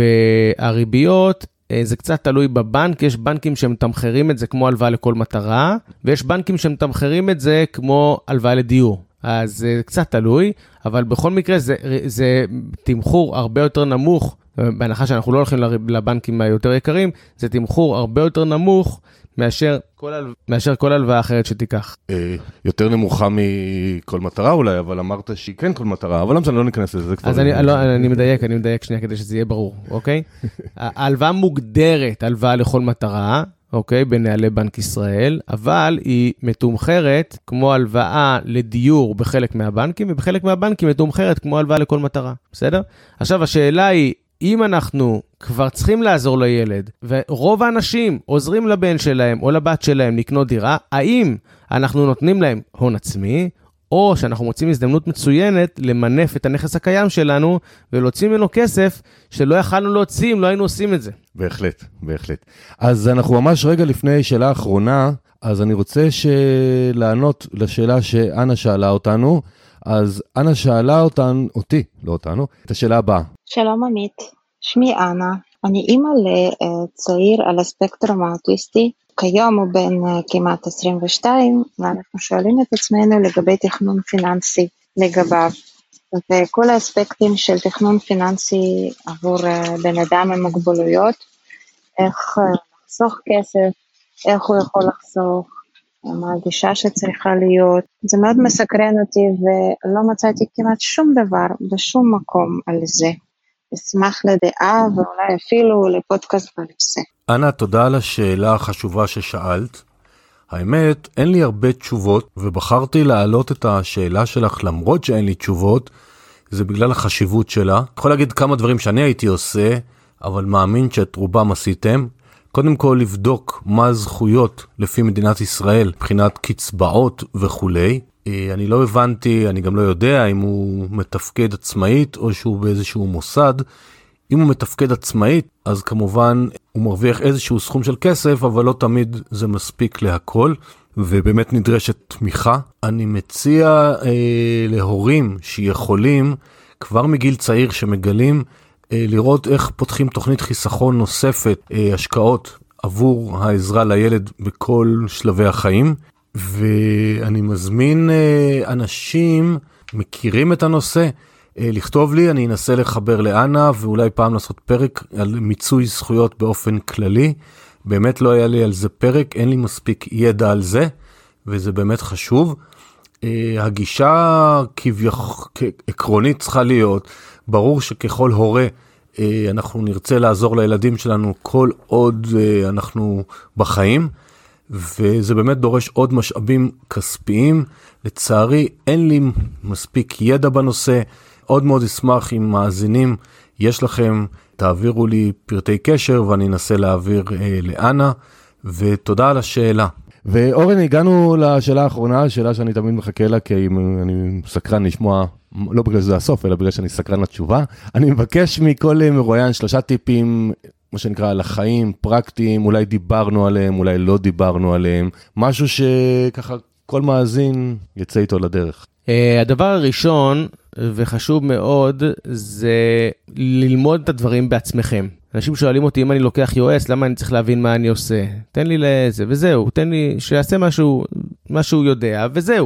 והריביות, זה קצת תלוי בבנק, יש בנקים שמתמחרים את זה כמו הלוואה לכל מטרה, ויש בנקים שמתמחרים את זה כמו הלוואה לדיור. אז זה קצת תלוי, אבל בכל מקרה זה תמחור הרבה יותר נמוך, בהנחה שאנחנו לא הולכים לבנקים היותר יקרים, זה תמחור הרבה יותר נמוך מאשר כל הלוואה אחרת שתיקח. יותר נמוכה מכל מטרה אולי, אבל אמרת שהיא כן כל מטרה, אבל למה שאני לא ניכנס לזה? אז אני מדייק שנייה כדי שזה יהיה ברור, אוקיי? ההלוואה מוגדרת, הלוואה לכל מטרה, אוקיי, בנהלי בנק ישראל, אבל היא מתומחרת כמו הלוואה לדיור בחלק מהבנקים, ובחלק מהבנקים מתומחרת כמו הלוואה לכל מטרה, בסדר? עכשיו השאלה היא, אם אנחנו כבר צריכים לעזור לילד, ורוב האנשים עוזרים לבן שלהם או לבת שלהם לקנות דירה, האם אנחנו נותנים להם הון עצמי, או שאנחנו מוצאים הזדמנות מצוינת למנף את הנכס הקיים שלנו, ולהוציא ממנו כסף שלא יכלנו להוציא אם לא היינו עושים את זה. בהחלט, בהחלט. אז אנחנו ממש רגע לפני שאלה האחרונה, אז אני רוצה לענות לשאלה שאנה שאלה אותנו, אז אנה שאלה אותי, לא אותנו, את השאלה הבאה. שלום עמית, שמי אנה, אני אימא לצעיר על הספקטרום האוטיסטי, כיום הוא בן כמעט 22, ואנחנו שואלים את עצמנו לגבי תכנון פיננסי לגביו, וכל האספקטים של תכנון פיננסי עבור בן אדם עם מוגבלויות, איך לחסוך כסף, איך הוא יכול לחסוך, מה הגישה שצריכה להיות. זה מאוד מסקרן אותי ולא מצאתי כמעט שום דבר בשום מקום על זה. אשמח לדעה ואולי אפילו לפודקאסט בנושא. אנה, תודה על השאלה החשובה ששאלת. האמת, אין לי הרבה תשובות, ובחרתי להעלות את השאלה שלך למרות שאין לי תשובות, זה בגלל החשיבות שלה. יכול להגיד כמה דברים שאני הייתי עושה, אבל מאמין שאת רובם עשיתם. קודם כל לבדוק מה הזכויות לפי מדינת ישראל, מבחינת קצבאות וכולי. אני לא הבנתי, אני גם לא יודע אם הוא מתפקד עצמאית או שהוא באיזשהו מוסד. אם הוא מתפקד עצמאית, אז כמובן הוא מרוויח איזשהו סכום של כסף, אבל לא תמיד זה מספיק להכל, ובאמת נדרשת תמיכה. אני מציע להורים שיכולים, כבר מגיל צעיר שמגלים, לראות איך פותחים תוכנית חיסכון נוספת, השקעות עבור העזרה לילד בכל שלבי החיים, ואני מזמין אנשים מכירים את הנושא, לכתוב לי, אני אנסה לחבר לאנה, ואולי פעם לעשות פרק על מיצוי זכויות באופן כללי. באמת לא היה לי על זה פרק, אין לי מספיק ידע על זה, וזה באמת חשוב. הגישה עקרונית צריכה להיות, ברור שככל הורה, אנחנו נרצה לעזור לילדים שלנו כל עוד אנחנו בחיים, וזה באמת דורש עוד משאבים כספיים. לצערי אין לי מספיק ידע בנושא, עוד מאוד אשמח אם מאזינים יש לכם, תעבירו לי פרטי קשר ואני אנסה להעביר לאנה, ותודה על השאלה. ואורן, הגענו לשאלה האחרונה, השאלה שאני תמיד מחכה לה, כי אני סקרן לשמוע, לא בגלל שזה הסוף, אלא בגלל שאני סקרן לתשובה. אני מבקש מכל מרואיין 3 טיפים, מה שנקרא, על החיים, פרקטיים, אולי דיברנו עליהם, אולי לא דיברנו עליהם, משהו שככה כל מאזין יצא איתו לדרך. הדבר הראשון, וחשוב מאוד, זה ללמוד את הדברים בעצמכם. אנשים שואלים אותי, אם אני לוקח יועץ, למה אני צריך להבין מה אני עושה? תן לי לזה, וזהו, תן לי שיעשה משהו יודע, וזהו.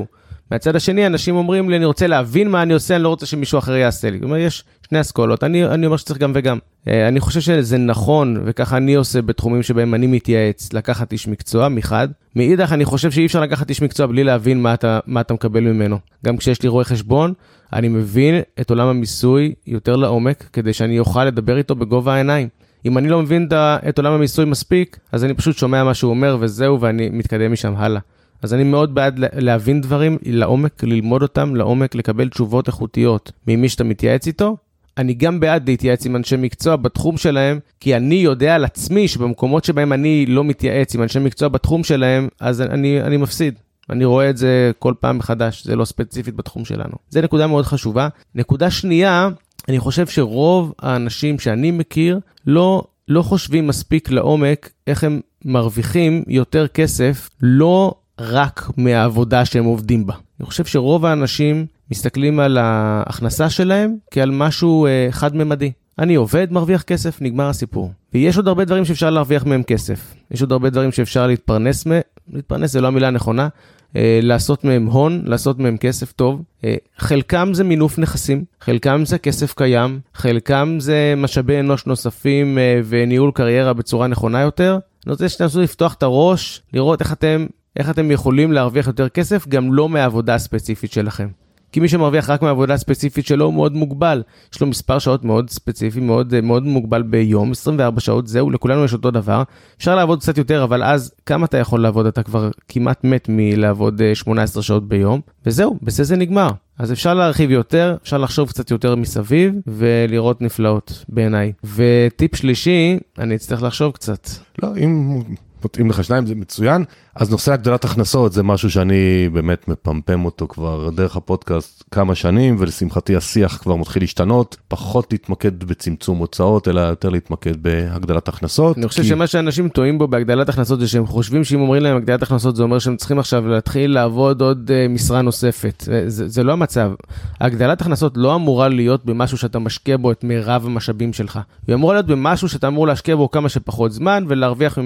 מהצד השני, אנשים אומרים לי, אני רוצה להבין מה אני עושה, אני לא רוצה שמישהו אחר יעשה לי. זאת אומרת, יש שני אסכולות, אני אומר שצריך גם וגם. אני חושב שזה נכון, וככה אני עושה בתחומים שבהם אני מתייעץ, לקחת איש מקצוע, מחד. מאידך, אני חושב שאי אפשר לקחת איש מקצוע בלי להבין מה אתה מקבל ממנו. גם כשיש לי רואה חשבון, אני מבין את עולם המיסוי יותר לעומק, כדי שאני אוכל לדבר איתו בגובה העיניים. אם אני לא מבין את עולם המיסוי מספיק, אז אני פשוט שומע מה שהוא אומר, וזהו, ואני מתקדם משם הלאה. אז אני מאוד בעד להבין דברים לעומק, ללמוד אותם לעומק, לקבל תשובות איכותיות ממי שאתה מתייעץ איתו. אני גם בעד להתייעץ עם אנשי מקצוע בתחום שלהם, כי אני יודע על עצמי שבמקומות שבהם אני לא מתייעץ עם אנשי מקצוע בתחום שלהם, אז אני מפסיד. אני רואה את זה כל פעם מחדש, זה לא ספציפית בתחום שלנו. זה נקודה מאוד חשובה. נקודה שנייה, אני חושב שרוב האנשים שאני מכיר לא חושבים מספיק לעומק איך הם מרוויחים יותר כסף, לא רק מהעבודה שהם עובדים בה. אני חושב שרוב האנשים מסתכלים על ההכנסה שלהם כעל משהו חד-ממדי. אני עובד, מרוויח כסף, נגמר הסיפור. ויש עוד הרבה דברים שאפשר להרוויח מהם כסף. יש עוד הרבה דברים שאפשר להתפרנס זה לא המילה הנכונה, לעשות מהם הון, לעשות מהם כסף טוב. חלקם זה מינוף נכסים, חלקם זה כסף קיים, חלקם זה משאבי אנוש נוספים וניהול קריירה בצורה נכונה יותר. אני רוצה שתנסו לפתוח את הראש, לראות איך אתם יכולים להרוויח יותר כסף, גם לא מהעבודה הספציפית שלכם. כי מי שמרוויח רק מהעבודה הספציפית שלו הוא מאוד מוגבל. יש לו מספר שעות מאוד ספציפי, מאוד, מאוד מוגבל ביום, 24 שעות, זהו, לכולנו יש אותו דבר. אפשר לעבוד קצת יותר, אבל אז כמה אתה יכול לעבוד? אתה כבר כמעט מת מלעבוד 18 שעות ביום, וזהו, בזה זה נגמר. אז אפשר להרחיב יותר, אפשר לחשוב קצת יותר מסביב, ולראות נפלאות בעיניי. וטיפ שלישי, אני אצטרך לחשוב קצת. לא, אם מתאים לך שניים זה מצוין, אז נושא הגדלת הכנסות זה משהו שאני באמת מפמפם אותו כבר דרך הפודקאסט כמה שנים, ולשמחתי השיח כבר מתחיל להשתנות, פחות להתמקד בצמצום הוצאות, אלא יותר להתמקד בהגדלת הכנסות. אני חושב שמה שאנשים טועים בו בהגדלת הכנסות, זה שהם חושבים שאם אומרים להם הגדלת הכנסות, זה אומר שהם צריכים עכשיו להתחיל לעבוד עוד משרה נוספת. זה לא המצב. הגדלת הכנסות לא אמורה להיות במשהו שאתה משקיע בו את מירב המשאבים שלך. היא אמורה להיות במשהו שאתה אמור להשקיע בו כמה שפחות זמן ולהרוויח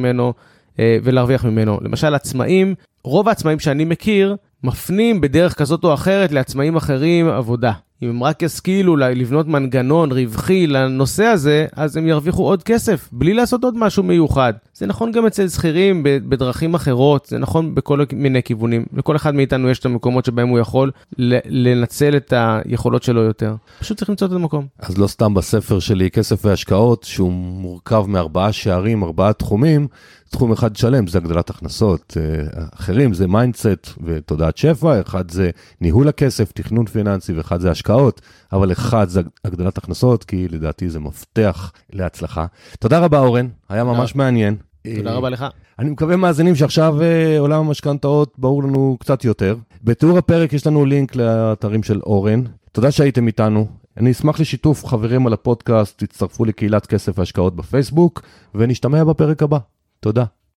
ממנו. למשל, עצמאים, רוב העצמאים שאני מכיר, מפנים בדרך כזאת או אחרת לעצמאים אחרים עבודה. אם הם רק ישכילו לבנות מנגנון רווחי לנושא הזה, אז הם ירוויחו עוד כסף, בלי לעשות עוד משהו מיוחד. זה נכון גם אצל שכירים בדרכים אחרות, זה נכון בכל מיני כיוונים. לכל אחד מאיתנו יש את המקומות שבהם הוא יכול לנצל את היכולות שלו יותר. פשוט צריך למצוא את המקום. אז לא סתם בספר שלי, כסף והשקעות, שהוא מורכב מ4 שערים, 4 תחומים, תחום אחד שלם, זה הגדלת הכנסות. אחרים זה מיינדסט ותודעת שפע, אחד זה ניהול הכסף, תכנון פיננסי, ואחד זה השקעות, אבל אחד זה הגדלת הכנסות, כי לדעתי זה מפתח להצלחה. תודה רבה אורן, היה ממש מעניין. תודה רבה לך. אני מקווה מאזינים שעכשיו עולם המשכנתאות ברור לנו קצת יותר. בתיאור הפרק יש לנו לינק לאתרים של אורן. תודה שהייתם איתנו. אני אשמח לשיתוף חברים על הפודקאסט, תצטרפו לקהילת כסף והשקעות בפייסבוק, ונשתמע בפרק הבא. תודה.